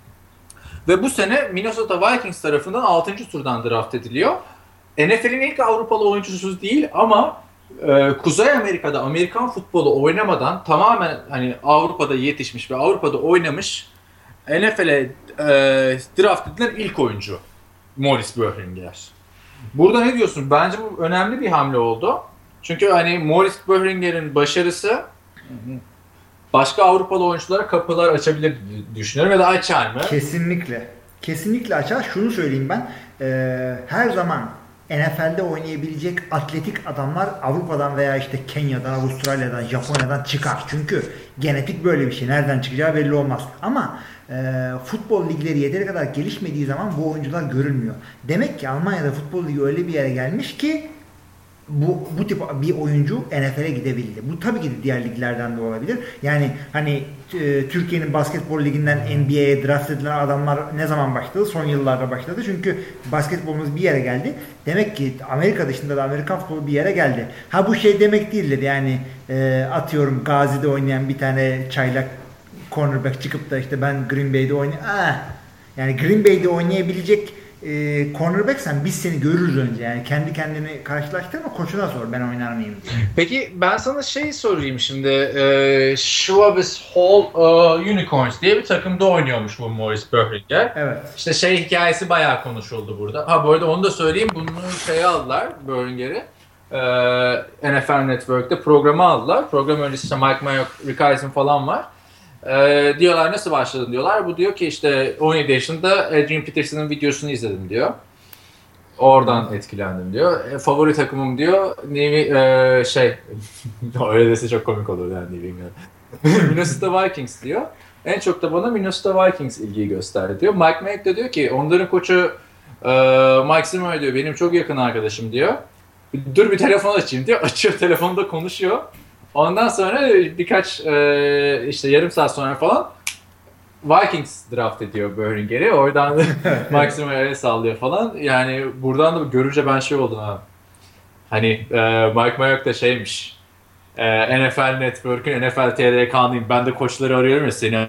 Ve bu sene Minnesota Vikings tarafından altıncı turdan draft ediliyor. N F L'in ilk Avrupalı oyuncusu değil ama e, Kuzey Amerika'da Amerikan futbolu oynamadan tamamen hani Avrupa'da yetişmiş ve Avrupa'da oynamış, N F L'e e, draft edilen ilk oyuncu Morris Böhringer. Burada ne diyorsun? Bence bu önemli bir hamle oldu. Çünkü hani Morris Böhringer'in başarısı başka Avrupalı oyunculara kapılar açabilir düşünüyorum ya da açar mı? Kesinlikle. Kesinlikle açar. Şunu söyleyeyim ben. Ee, her zaman N F L'de oynayabilecek atletik adamlar Avrupa'dan veya işte Kenya'dan, Avustralya'dan, Japonya'dan çıkar. Çünkü genetik böyle bir şey. Nereden çıkacağı belli olmaz. Ama e, futbol ligleri yeteri kadar gelişmediği zaman bu oyuncular görülmüyor. Demek ki Almanya'da futbol ligi öyle bir yere gelmiş ki bu bu tip bir oyuncu N F L'e gidebildi. Bu tabii ki de diğer liglerden de olabilir. Yani hani e, Türkiye'nin basketbol liginden N B A'ye draft edilen adamlar ne zaman başladı? Son yıllarda başladı. Çünkü basketbolumuz bir yere geldi. Demek ki Amerika dışında da Amerikan futbolu bir yere geldi. Ha bu şey demek değildir. Yani e, atıyorum Gazi'de oynayan bir tane çaylak cornerback çıkıp da işte ben Green Bay'de oynayayım. Ah! Yani Green Bay'de oynayabilecek e, cornerbacksen biz seni görürüz önce. Yani kendi kendini karşılaştırma, koçuna sor ben oynar mıyım diye. Peki ben sana şey sorayım şimdi. E, Schwab's Hall e, Unicorns diye bir takımda oynuyormuş bu Morris Böhringer. Evet. İşte şey hikayesi bayağı konuşuldu burada. Ha bu arada onu da söyleyeyim. Bunu şeye aldılar Böhringer'i. E, N F L Network'te programı aldılar. Program öncesi işte Mike Mayock, Rick Eisen falan var. E, diyorlar nasıl başladın diyorlar. Bu diyor ki işte on yedi yaşında Adrian Peterson'ın videosunu izledim diyor. Oradan etkilendim diyor. E, favori takımım diyor. Navy, e, şey öyle dese çok komik olur yani New England. Minnesota Vikings diyor. En çok da bana Minnesota Vikings ilgiyi gösterdi diyor. Mike Mayock de diyor ki onların koçu e, Mike Zimmer diyor. Benim çok yakın arkadaşım diyor. Dur bir telefon açayım diyor. Açıyor telefonda konuşuyor. Ondan sonra birkaç e, işte yarım saat sonra falan Vikings draft ediyor Böhringer'i. Oradan Mike Zimmer'e sallıyor falan. Yani buradan da görünce ben şey oldum ha. Hani e, Mike Mayock da şeymiş. E, N F L Network'ün N F L T R kanunuyum. Ben de koçları arıyorum ya seni.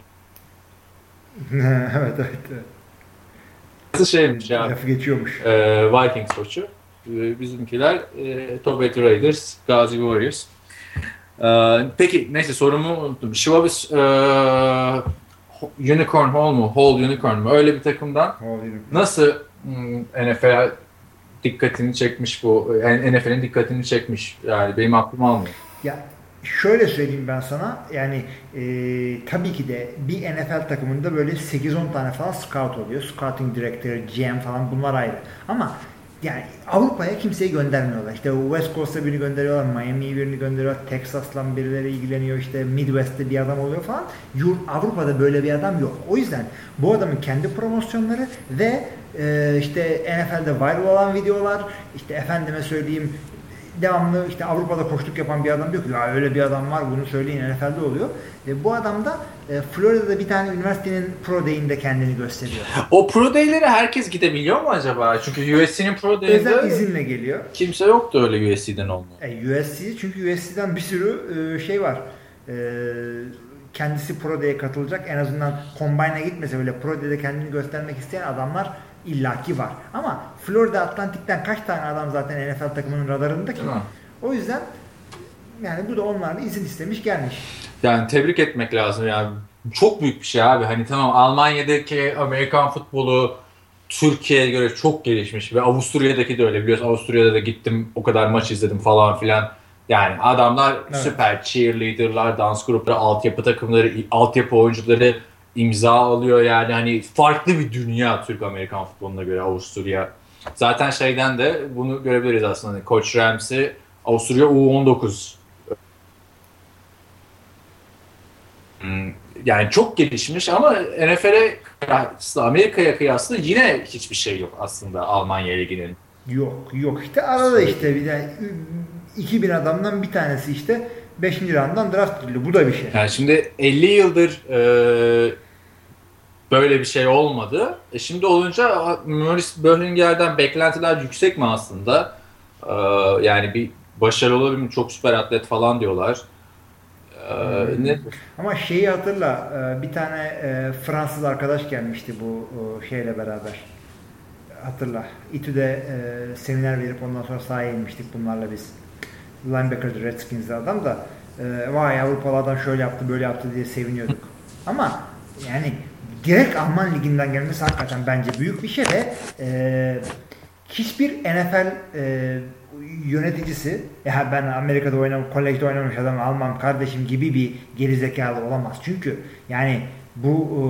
evet evet. evet. Nasıl şeymiş ya. Lafı geçiyormuş. E, Vikings koçu. E, bizimkiler e, Topeka Raiders, Gazi Warriors. E, peki neyse sorumu unuttum. Schwab's e, Unicorn Hall mu? Hall Unicorn mu? Öyle bir takımdan nasıl hmm, N F L dikkatini çekmiş bu? N F L'in dikkatini çekmiş. Yani benim aklım almıyor. Ya şöyle söyleyeyim ben sana. Yani e, tabii ki de bir N F L takımında böyle sekiz on tane falan scout oluyor. Scouting director, G M falan bunlar ayrı. Ama yani Avrupa'ya kimseyi göndermiyorlar. İşte West Coast'a birini gönderiyorlar, Miami'ye birini gönderiyorlar, Texas'la birileri ilgileniyor, işte Midwest'te bir adam oluyor falan. Avrupa'da böyle bir adam yok. O yüzden bu adamın kendi promosyonları ve e, işte N F L'de viral olan videolar, işte efendime söyleyeyim devamlı işte Avrupa'da koçluk yapan bir adam diyor ki ya öyle bir adam var bunu söyleyin N F L'de oluyor. Ve bu adam da e, Florida'da bir tane üniversitenin Pro Day'inde kendini gösteriyor. O Pro Day'lere herkes gidebiliyor mu acaba? Çünkü U S C'nin Pro Day'inde özel izinle geliyor. Kimse yoktu öyle U S C'den olmayan. E, U S C çünkü U S C'den bir sürü e, şey var. E, kendisi Pro Day'e katılacak. En azından Combine'a gitmese bile Pro Day'de kendini göstermek isteyen adamlar illaki var. Ama Florida Atlantik'ten kaç tane adam zaten N F L takımının radarında ki? O yüzden yani bu da onlarla izin istemiş gelmiş. Yani tebrik etmek lazım yani. Çok büyük bir şey abi. Hani tamam Almanya'daki Amerikan futbolu Türkiye'ye göre çok gelişmiş ve Avusturya'daki de öyle biliyorsun. Avusturya'da da gittim o kadar maç izledim falan filan. Yani adamlar evet. Süper cheerleader'lar, dans grupları, altyapı takımları, altyapı oyuncuları imza alıyor yani hani farklı bir dünya Türk-Amerikan futboluna göre Avusturya. Zaten şeyden de bunu görebiliriz aslında. Hani Coach Ramsey Avusturya U on dokuz. Yani çok gelişmiş ama N F L'e kıyasla, Amerika'ya kıyasla yine hiçbir şey yok aslında Almanya Ligi'nin. Yok yok işte arada işte bir de iki bin adamdan bir tanesi işte beşinci round'dan draft ediliyor. Bu da bir şey. Yani şimdi elli yıldır e, böyle bir şey olmadı. E şimdi olunca Morris Böhringer'den beklentiler yüksek mi aslında? E, yani bir başarılı olabilir mi? Çok süper atlet falan diyorlar. E, hmm. ne? Ama şeyi hatırla bir tane Fransız arkadaş gelmişti bu şeyle beraber. Hatırla. İTÜ'de seminer verip ondan sonra sahaya inmiştik bunlarla biz. Linebacker'dı Redskins'de adam da vay Avrupalı adam şöyle yaptı böyle yaptı diye seviniyorduk. Ama yani direkt Alman liginden gelmesi hakikaten bence büyük bir şey ve e, hiçbir N F L e, yöneticisi ya ben Amerika'da oynamış, kolejde oynamış adam almam kardeşim gibi bir gerizekalı olamaz. Çünkü yani bu e,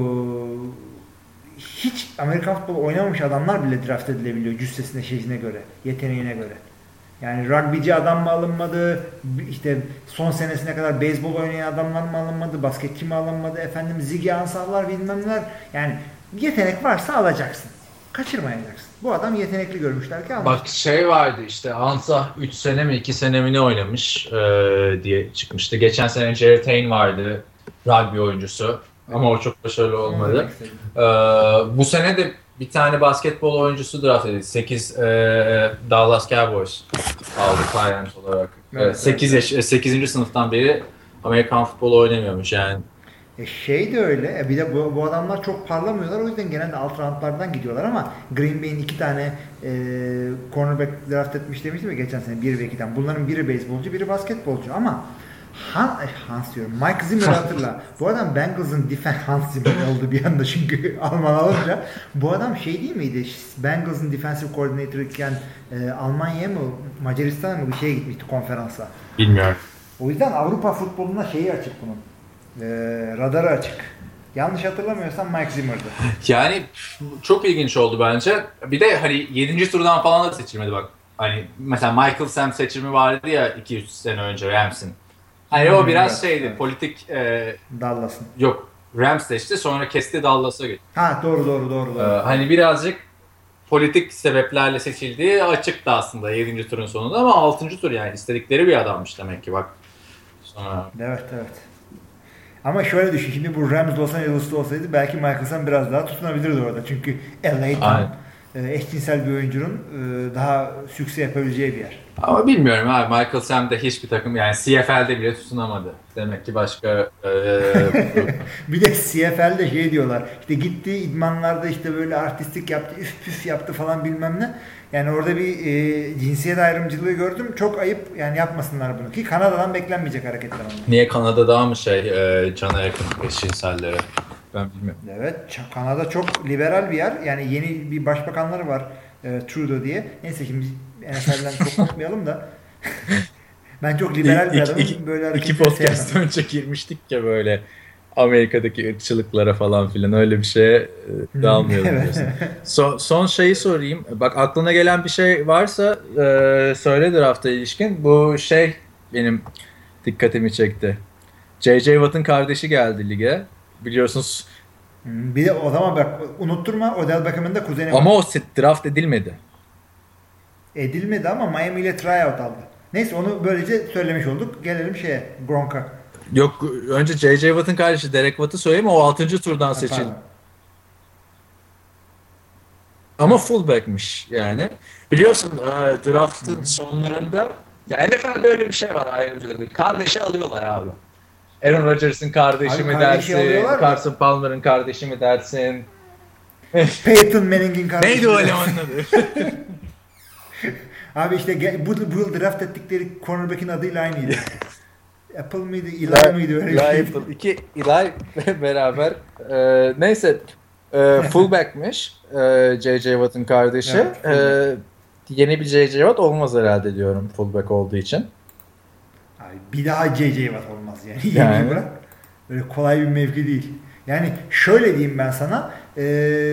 hiç Amerikan futbolu oynamamış adamlar bile draft edilebiliyor cüssesine, şeyine göre, yeteneğine göre. Yani rugbyci adam mı alınmadı, işte son senesine kadar beyzbol oynayan adamlar mı alınmadı, basketçi mi alınmadı, efendim Ziggy Ansah'lar bilmem neler. Yani yetenek varsa alacaksın. Kaçırmayacaksın. Bu adam yetenekli görmüşler ki almış. Bak şey vardı işte Ansah üç sene mi iki sene mi ne oynamış e, diye çıkmıştı. Geçen sene Jared Hayne vardı rugby oyuncusu ama o çok başarılı olmadı. E, bu sene de bir tane basketbol oyuncusu draft edildi. sekiz e, Dallas Cowboys aldı tight olarak. Evet, sekiz yaş sekizinci sınıftan beri Amerikan futbolu oynamıyormuş yani. E şey de öyle. E bir de bu, bu adamlar çok parlamıyorlar. O yüzden genelde alt roundlardan gidiyorlar ama Green Bay'in iki tane e, cornerback draft etmiş demiştim ya geçen sene bir ve ikiden. Bunların biri beyzbolcu, biri basketbolcu ama Han, Hans diyorum. Mike Zimmer'ı hatırla. Bu adam Bengals'ın defense Hans Zimmer oldu bir anda çünkü Alman alınca. Bu adam şey değil miydi? Bengals'ın defensive coordinator iken e, Almanya'ya mı Macaristan'a mı bir şeye gitmişti konferansa. Bilmiyorum. O yüzden Avrupa futboluna şeyi açık bunun. E, radarı açık. Yanlış hatırlamıyorsam Mike Zimmer'dı. Yani çok ilginç oldu bence. Bir de hani yedinci turdan falan da seçilmedi bak. Hani mesela Michael Sam seçimi vardı ya iki üç sene önce Rams'in. Hani hmm, o biraz evet, şeydi, evet. politik... E, Dallas'ın. Yok, Rams seçti, sonra kesti Dallas'a gitti. Ha doğru doğru doğru. doğru. Ee, hani birazcık politik sebeplerle seçildiği açıktı aslında yedinci turun sonunda ama altıncı tur yani istedikleri bir adammış demek ki bak. Sonra... Evet evet. Ama şöyle düşün, şimdi bu Rams Los Angeles'ta olsaydı belki Michael Sam biraz daha tutunabilirdi orada. Çünkü L A tam eşcinsel bir oyuncunun daha sükse yapabileceği bir yer. Ama bilmiyorum abi, Michael Sam de hiçbir takım yani C F L'de bile tutunamadı. Demek ki başka... E, bir de C F L'de şey diyorlar, işte gitti idmanlarda işte böyle artistik yaptı, üf püf yaptı falan bilmem ne. Yani orada bir e, cinsiyet ayrımcılığı gördüm. Çok ayıp, yani yapmasınlar bunu. Ki Kanada'dan beklenmeyecek hareketler onlar. Niye Kanada daha mı şey e, cana yakın eşcinsellere? Ben bilmiyorum. Evet, Kanada çok liberal bir yer. Yani yeni bir başbakanları var e, Trudeau diye. Neyse şimdi N F L'den çok korkmayalım da. Ben çok liberal bir adamım. İki, böyle iki podcast önce girmiştik ya böyle Amerika'daki ırkçılıklara falan filan, öyle bir şeye e, dalmayalım diyorsun. son, son şeyi sorayım. Bak aklına gelen bir şey varsa e, söyle drafta ilişkin. Bu şey benim dikkatimi çekti. J J Watt'ın kardeşi geldi lige. Biliyorsunuz. Bir de o zaman bak unutturma, Odell Beckham'ın da kuzeni var. Ama o draft edilmedi. Edilmedi ama Miami ile tryout aldı. Neyse onu böylece söylemiş olduk. Gelelim şeye, Gronk'a. Yok önce J J Watt'ın kardeşi Derek Watt'ı söyleyeyim, o altıncı turdan seçildi. Ama fullback'miş yani. Biliyorsun draft'ın sonlarında ya N F L'de öyle bir şey var ayrıca. Kardeşi alıyorlar abi. Aaron Rodgers'ın kardeşi mi dersin? Carson Palmer'ın kardeşi mi dersin? Peyton Manning'in kardeşi. Neydi öyle onun adı? Abi işte bu, bu yıl draft ettikleri cornerback'in adıyla aynıydı. Apple mıydı? Eli mıydı? Öyle Eli Apple. İki Eli beraber. Ee, neyse. E, fullback'miş. E, J J Watt'ın kardeşi. Evet, e, yeni bir J J Watt olmaz herhalde diyorum fullback olduğu için. Abi bir daha J J Watt olmaz yani. yani. Bırak. Böyle kolay bir mevki değil. Yani şöyle diyeyim ben sana. E,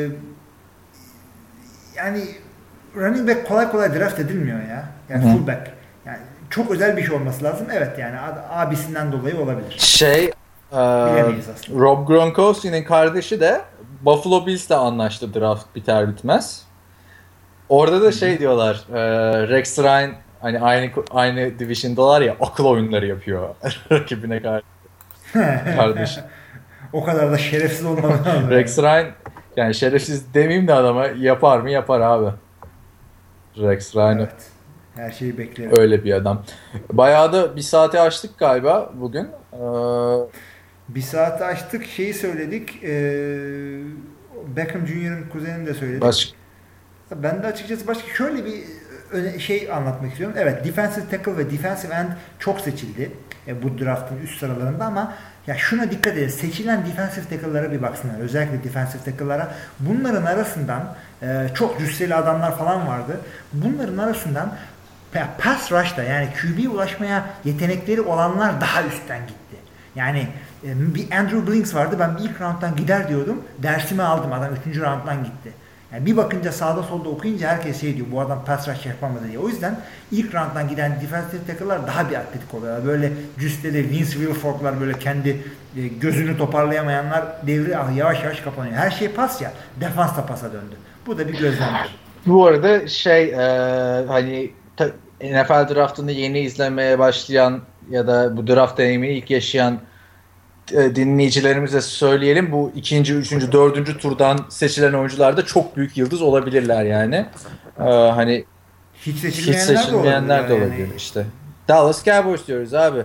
yani running back kolay kolay draft edilmiyor ya. Yani Hı. fullback. Yani çok özel bir şey olması lazım. Evet yani abisinden dolayı olabilir. Şey e, Rob Gronkowski'nin kardeşi de Buffalo Bills'le anlaştı draft biter bitmez. Orada da şey diyorlar, e, Rex Ryan hani aynı aynı division'dalar ya, akıl oyunları yapıyor rakibine karşı. Kardeşi. O kadar da şerefsiz olmalı. Rex Ryan yani şerefsiz demeyeyim de adama yapar mı yapar abi. Rex Ryan. Evet. Her şeyi beklerim. Öyle bir adam. Bayağı da bir saate açtık galiba bugün. Ee... Bir saate açtık. Şeyi söyledik. Ee, Beckham Junior'ın kuzenini de söyledik. Baş... Ben de açıkçası başka şöyle bir şey anlatmak istiyorum. Evet, defensive tackle ve defensive end çok seçildi e, bu draftın üst sıralarında ama ya şuna dikkat edin. Seçilen defensive tackle'lara bir baksınlar. Özellikle defensive tackle'lara. Bunların arasından e, çok cüsseli adamlar falan vardı. Bunların arasından pass rush'ta yani Q B'ye ulaşmaya yetenekleri olanlar daha üstten gitti. Yani e, bir Andrew Blinks vardı. Ben bir ilk round'dan gider diyordum. Dersimi aldım. Adam üçüncü round'dan gitti. Yani bir bakınca sağda solda okuyunca herkes şey diyor, bu adam pass rush yapamadı diye. O yüzden ilk round'dan giden defensive tackle'lar daha bir atletik oluyorlar. Böyle cüsseli Vince Wilfork'lar, böyle kendi e, gözünü toparlayamayanlar devri ah, yavaş yavaş kapanıyor. Her şey pas ya. Defans da pasa döndü. Bu da bir gözlemdir. Bu arada şey e, hani ta, N F L draftını yeni izlemeye başlayan ya da bu draft deneyimini ilk yaşayan dinleyicilerimize söyleyelim. Bu ikinci, üçüncü, dördüncü turdan seçilen oyuncular da çok büyük yıldız olabilirler yani. Ee, hani hiç seçilmeyenler, hiç seçilmeyenler de olabilir, de olabilir yani. işte. Dallas Cowboys diyoruz abi.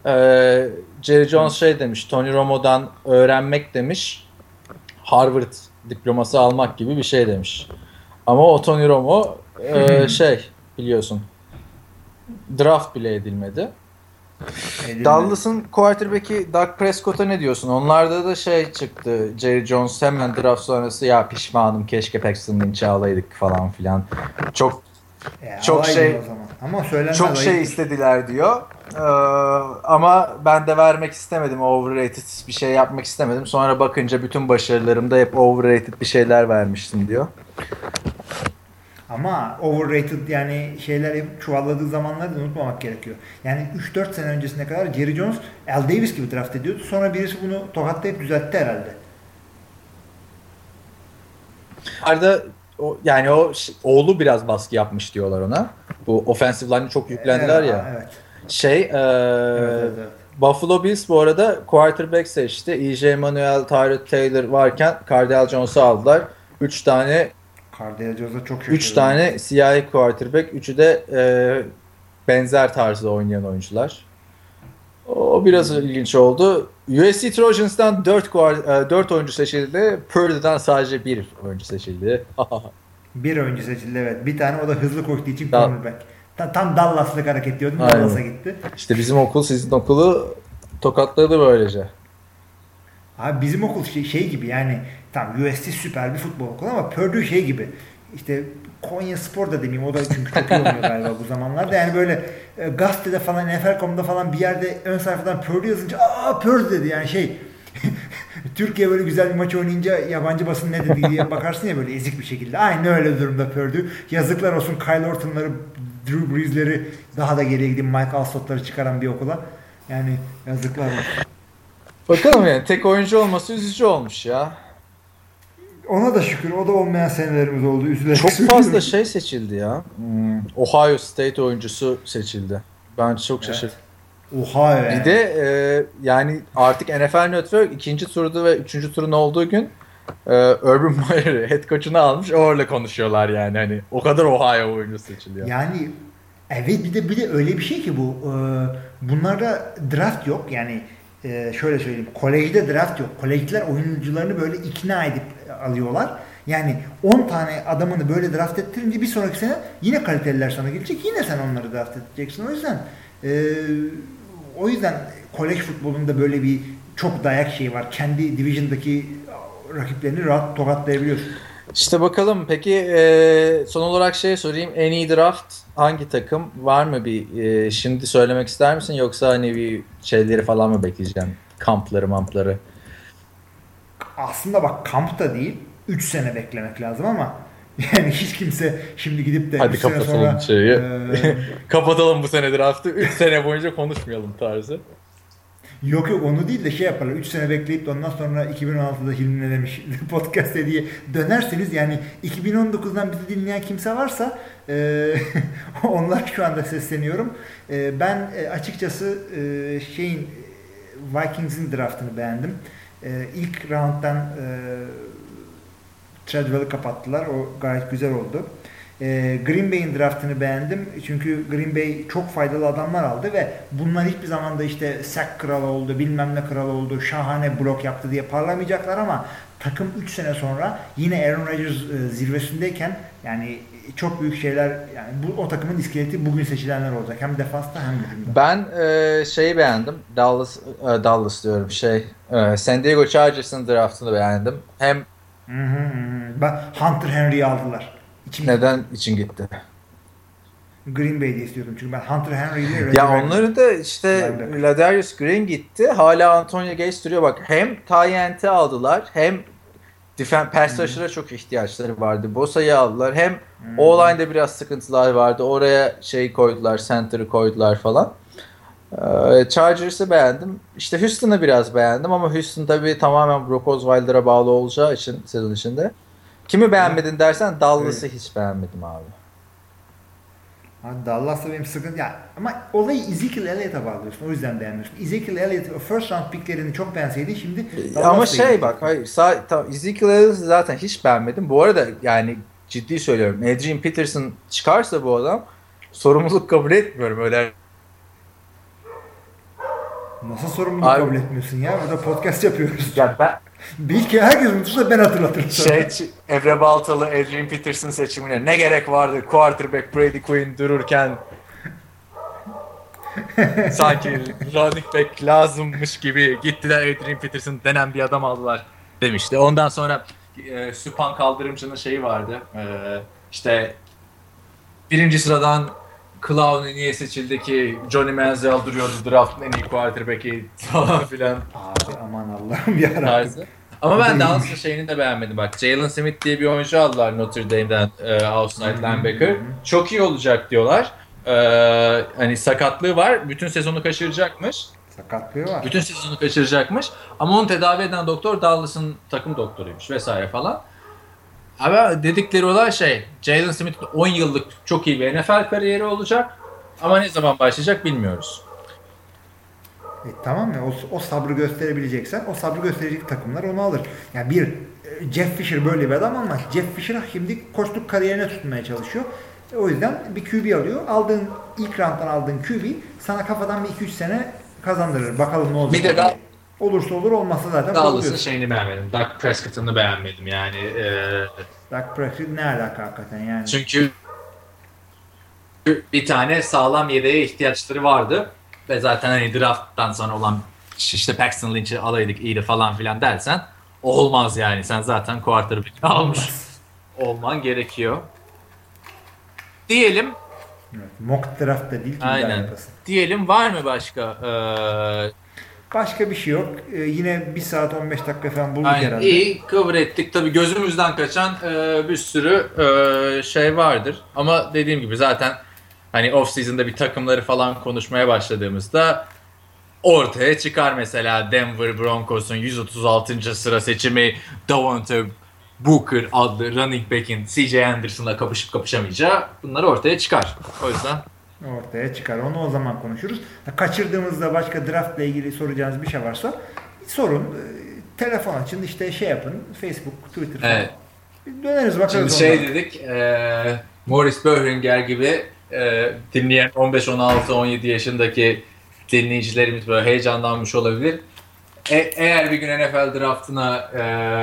Ee, Jerry Jones şey demiş, Tony Romo'dan öğrenmek demiş, Harvard diploması almak gibi bir şey demiş. Ama o Tony Romo e, şey biliyorsun, draft bile edilmedi. Edilmedi. Dallas'ın quarterback'i Dak Prescott'a ne diyorsun? Onlarda da şey çıktı, Jerry Jones hemen draft sonrası ya pişmanım keşke Paxton Lynch'i alaydık falan filan. Çok ya, çok şey ama çok şey istediler diyor. Ee, ama ben de vermek istemedim, overrated bir şey yapmak istemedim. Sonra bakınca bütün başarılarımda hep overrated bir şeyler vermiştim diyor. Ama overrated yani şeyler hep çuvalladığı zamanları da unutmamak gerekiyor. Yani üç dört sene öncesine kadar Jerry Jones Al Davis gibi draft ediyordu. Sonra birisi bunu tokatlayıp düzeltti herhalde. Arada o, yani o oğlu biraz baskı yapmış diyorlar ona. Bu offensive line'e çok yüklendiler evet, ya. Evet. Şey e, evet, evet, evet. Buffalo Bills bu arada quarterback seçti. E J Manuel, Tyrod Taylor varken Cardale Jones'u aldılar. üç tane Cardale Jones'a çok şaşırdım. üç tane siyahi quarterback, üçü de e, benzer tarzda oynayan oyuncular. O biraz hmm. ilginç oldu. U S C Trojans'tan dört oyuncu seçildi. Purdue'dan sadece bir oyuncu seçildi. bir oyuncu seçildi evet. Bir tane o da hızlı koştuğu için cornerback. Tam, tam Dallas'lık hareket diyordum. Dallas'a gitti. İşte bizim okul sizin okulu tokatladı böylece. Abi bizim okul şey, şey gibi yani tam U S C süper bir futbol okulu ama Purdue şey gibi. İşte Konya Spor da demeyeyim, o da çünkü çok iyi oynuyor galiba bu zamanlarda. Yani böyle e, gazetede falan N F L nokta com'da falan bir yerde ön sayfadan Purdue yazınca aa Purdue dedi yani şey Türkiye böyle güzel bir maç oynayınca yabancı basın ne dedi diye bakarsın ya böyle ezik bir şekilde. Aynı öyle durumda Purdue. Yazıklar olsun Kyle Orton'ları, Drew Brees'leri, daha da geriye gidip Mike Alstott'ları çıkaran bir okula. Yani yazıklar olsun. Bakalım yani tek oyuncu olması üzücü olmuş ya. Ona da şükür. O da olmayan senelerimiz oldu. Üzülerek çok söylüyorum. fazla şey seçildi ya. Hmm. Ohio State oyuncusu seçildi. Ben çok şaşırdım. Evet. Ohio yani. Bir de e, yani artık N F L Network ikinci turda ve üçüncü turun olduğu gün e, Urban Meyer'i head coach'unu almış. Orada konuşuyorlar yani. Hani o kadar Ohio oyuncusu seçiliyor. Yani evet, bir de bir de öyle bir şey ki bu. E, bunlarda draft yok. Yani e, şöyle söyleyeyim. Kolejde draft yok. Kolejler oyuncularını böyle ikna edip alıyorlar. Yani on tane adamını böyle draft ettirince bir sonraki sene yine kaliteliler sana gelecek. Yine sen onları draft edeceksin. O yüzden e, o yüzden kolej futbolunda böyle bir çok dayak şeyi var. Kendi division'daki rakiplerini rahat tokatlayabiliyorsun. İşte bakalım. Peki e, son olarak şey sorayım. En iyi draft hangi takım? Var mı bir e, şimdi söylemek ister misin? Yoksa hani bir şeyleri falan mı bekleyeceğim? Kampları mampları. Aslında bak kamp da değil. üç sene beklemek lazım ama yani hiç kimse şimdi gidip de hadi kapatalım sonra, şeyi. E, kapatalım bu sene draftı. üç sene boyunca konuşmayalım tarzı. Yok yok onu değil de şey yaparlar. üç sene bekleyip de ondan sonra iki bin on altıda Hilmi ne demiş podcast diye dönerseniz yani iki bin on dokuzdan bizi dinleyen kimse varsa e, onlar şu anda sesleniyorum. E, ben e, açıkçası e, şeyin Vikings'in draftını beğendim. E, ilk round'dan e, Treadwell'ı kapattılar. O gayet güzel oldu. E, Green Bay'in draftını beğendim. Çünkü Green Bay çok faydalı adamlar aldı ve bunlar hiçbir zaman da işte sack kralı oldu, bilmem ne kralı oldu, şahane blok yaptı diye parlamayacaklar ama takım üç sene sonra yine Aaron Rodgers e, zirvesindeyken yani çok büyük şeyler, yani bu o takımın iskeleti bugün seçilenler olacak. Hem defansta hem hücumda. Ben e, şeyi beğendim. Dallas e, Dallas diyorum şey. E, San Diego Chargers'ın draftını beğendim. Hem hı hı hı. Hunter Henry'i aldılar. İçim neden gitti. için gitti? Green Bay'de istiyordum çünkü ben Hunter Henry'yi ya onları da işte Ladarius Green gitti. Hala Antonio Gates duruyor. Bak hem Tyent'i aldılar hem Defense pass rusher'a çok ihtiyaçları vardı. Bosa'yı aldılar. Hem hmm. O-line'de biraz sıkıntılar vardı. Oraya şey koydular, center'ı koydular falan. Ee, Chargers'ı beğendim. İşte Houston'ı biraz beğendim ama Houston tabii tamamen Brock Osweiler'a bağlı olacağı için sezon içinde. Kimi beğenmedin dersen Dallas'ı evet. hiç beğenmedim abi. Abi Dallas'ta benim sıkıntı ya ama olayı Ezekiel Elliott'a bağlıyorsun. O yüzden beğenmiyorsun. Ezekiel Elliott first round picklerini çok beğenseydin şimdi Dallas ama şey beğendim. Bak hayır sağ, tam, Ezekiel Elliott'ı zaten hiç beğenmedim. Bu arada yani ciddi söylüyorum. Adrian Peterson çıkarsa bu adam sorumluluk kabul etmiyorum öyle. Nasıl sorumluluk Abi- kabul etmiyorsun ya? Burada podcast yapıyoruz. Ya ben Bir ki herkes unutursa ben hatırlatırım sana. şey Emre Baltalı, Adrian Peterson seçimine ne gerek vardı? Quarterback Brady Quinn dururken sanki running back lazımmış gibi gittiler Adrian Peterson denen bir adam aldılar demişti. Ondan sonra e, Süphan Kaldırımcı'nın şeyi vardı. E, işte birinci sıradan Clowney niye seçildi ki Johnny Manziel duruyordu draft'ın en iyi quarterback'i falan filan Abi aman Allah'ım yarabbim. tarzı. Ama ben Dallas'ın şeyini de beğenmedim bak. Jalen Smith diye bir oyuncu aldılar Notre Dame'den e, outside linebacker. Çok iyi olacak diyorlar. E, hani sakatlığı var. Bütün sezonu kaçıracakmış. Sakatlığı var. Bütün sezonu kaçıracakmış. Ama onu tedavi eden doktor Dallas'ın takım doktoruymuş vesaire falan. Ama dedikleri olay şey, Jalen Smith'in on yıllık çok iyi bir N F L kariyeri olacak. Ama ne zaman başlayacak bilmiyoruz. E, tamam mı? O, o sabrı gösterebileceksen o sabrı gösterecek takımlar onu alır. Yani bir e, Jeff Fisher böyle bir adam olmaz. Jeff Fisher şimdi koçluk kariyerine tutunmaya çalışıyor. E, o yüzden bir Q B alıyor. Aldığın ilk round'dan aldığın Q B sana kafadan bir iki üç sene kazandırır. Bakalım ne olacak. Bir de daha Olursa olur, olmazsa zaten Dallas'ın buluyorsun. şeyini beğenmedim. Dak Prescott'ını beğenmedim yani. E, Dak Prescott ne alaka hakikaten yani. çünkü bir tane sağlam yedeğe ihtiyaçları vardı. Ve zaten hani draft'tan sonra olan işte Paxton Lynch'i alaydık iyiydi falan filan dersen olmaz yani. Sen zaten quarterback almış olman gerekiyor. Diyelim. Evet, mock draft da değil ki bir daha Aynen. yapasın. Diyelim var mı başka? Ee, Başka bir şey yok. Ee, yine bir saat on beş dakika falan bulduk aynen. herhalde. İyi cover ettik. Tabii gözümüzden kaçan e, bir sürü e, şey vardır. Ama dediğim gibi zaten hani off season'da bir takımları falan konuşmaya başladığımızda ortaya çıkar mesela Denver Broncos'un yüz otuz altıncı sıra seçimi Devontae Booker adlı running back'in C J Anderson'la kapışıp kapışamayacağı bunlar ortaya çıkar. O yüzden Ortaya çıkar. Onu o zaman konuşuruz. Ha, kaçırdığımızda başka draftla ilgili soracağınız bir şey varsa sorun. Ee, telefon açın, işte şey yapın. Facebook, Twitter falan. evet. Döneriz Şimdi bakarız şey ondan. dedik e, Morris Böhringer gibi e, dinleyen on beş on altı on yedi yaşındaki dinleyicilerimiz böyle heyecanlanmış olabilir. E, eğer bir gün N F L draftına e,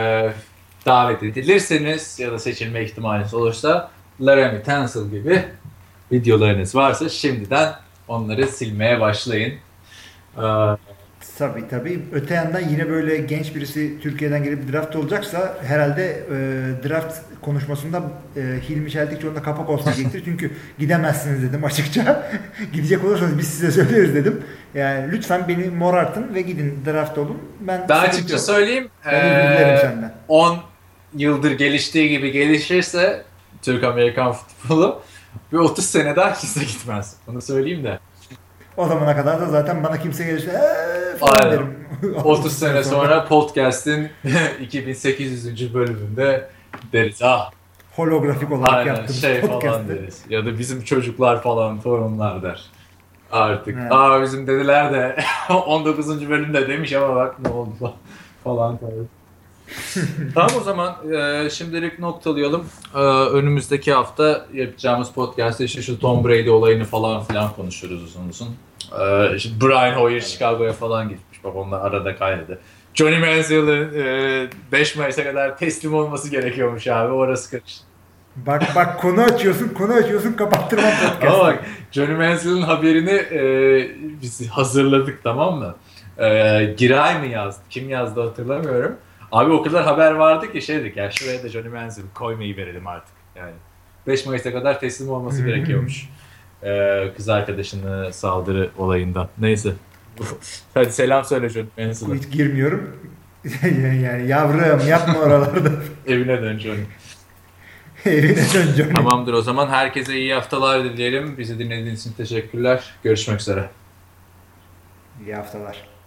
davet edilirseniz ya da seçilme ihtimaliniz olursa Laramie Tunsil gibi videolarınız varsa şimdiden onları silmeye başlayın. Ee, Tabii tabii. Öte yandan yine böyle genç birisi Türkiye'den gelip draft olacaksa herhalde e, draft konuşmasında e, Hilmi Çeltikçioğlu'nda kapak olsun diyecektir. Çünkü gidemezsiniz dedim açıkça. Gidecek olursanız biz size söyleriz dedim. Yani lütfen beni morartın ve gidin draft olun. Ben, Ben sıkıntı açıkça yok. söyleyeyim. Ben özür dilerim eee, senden. on yıldır geliştiği gibi gelişirse Türk-Amerikan futbolu bir otuz sene daha kimse gitmez. Bunu söyleyeyim de. O zamana kadar da zaten bana kimse gelirse eee falan Aynen. derim. otuz sene sonra podcast'in iki bin sekiz yüzüncü bölümünde deriz. Ah holografik olarak aynen yaptığımız şey falan podcast'ı. deriz. Ya da bizim çocuklar falan torunlar der. Artık. Evet. Aa bizim dediler de on dokuzuncu bölümde demiş ama bak ne oldu falan tabii. Tamam o zaman e, şimdilik noktalayalım. E, önümüzdeki hafta yapacağımız podcast'te işte şu Tom Brady olayını falan filan konuşuruz uzun uzun. E, işte Brian Hoyer Chicago'ya falan gitmiş. Bak onlar arada kaynadı. Johnny Manziel'in e, beş Mayıs'a kadar teslim olması gerekiyormuş abi. Orası karıştı. Bak bak konu açıyorsun, konu açıyorsun, kapattırmam podcast'ı. Ama bak Johnny Manziel'in haberini e, biz hazırladık tamam mı? E, Giray mı yazdı? Kim yazdı hatırlamıyorum. Abi o kadar haber vardı ki şeydik ya şuraya da Johnny Manziel koymayı verelim artık. Yani beş Mayıs'a kadar teslim olması gerekiyormuş. E, kız arkadaşını saldırı olayından. Neyse. Hadi selam söyle Johnny Manziel'e. Hiç girmiyorum. Yani yavrum yapma oralarda. Evine dön Johnny. Evine dön Johnny. Tamamdır o zaman. Herkese iyi haftalar dileyelim. Bizi dinlediğiniz için teşekkürler. Görüşmek üzere. İyi haftalar.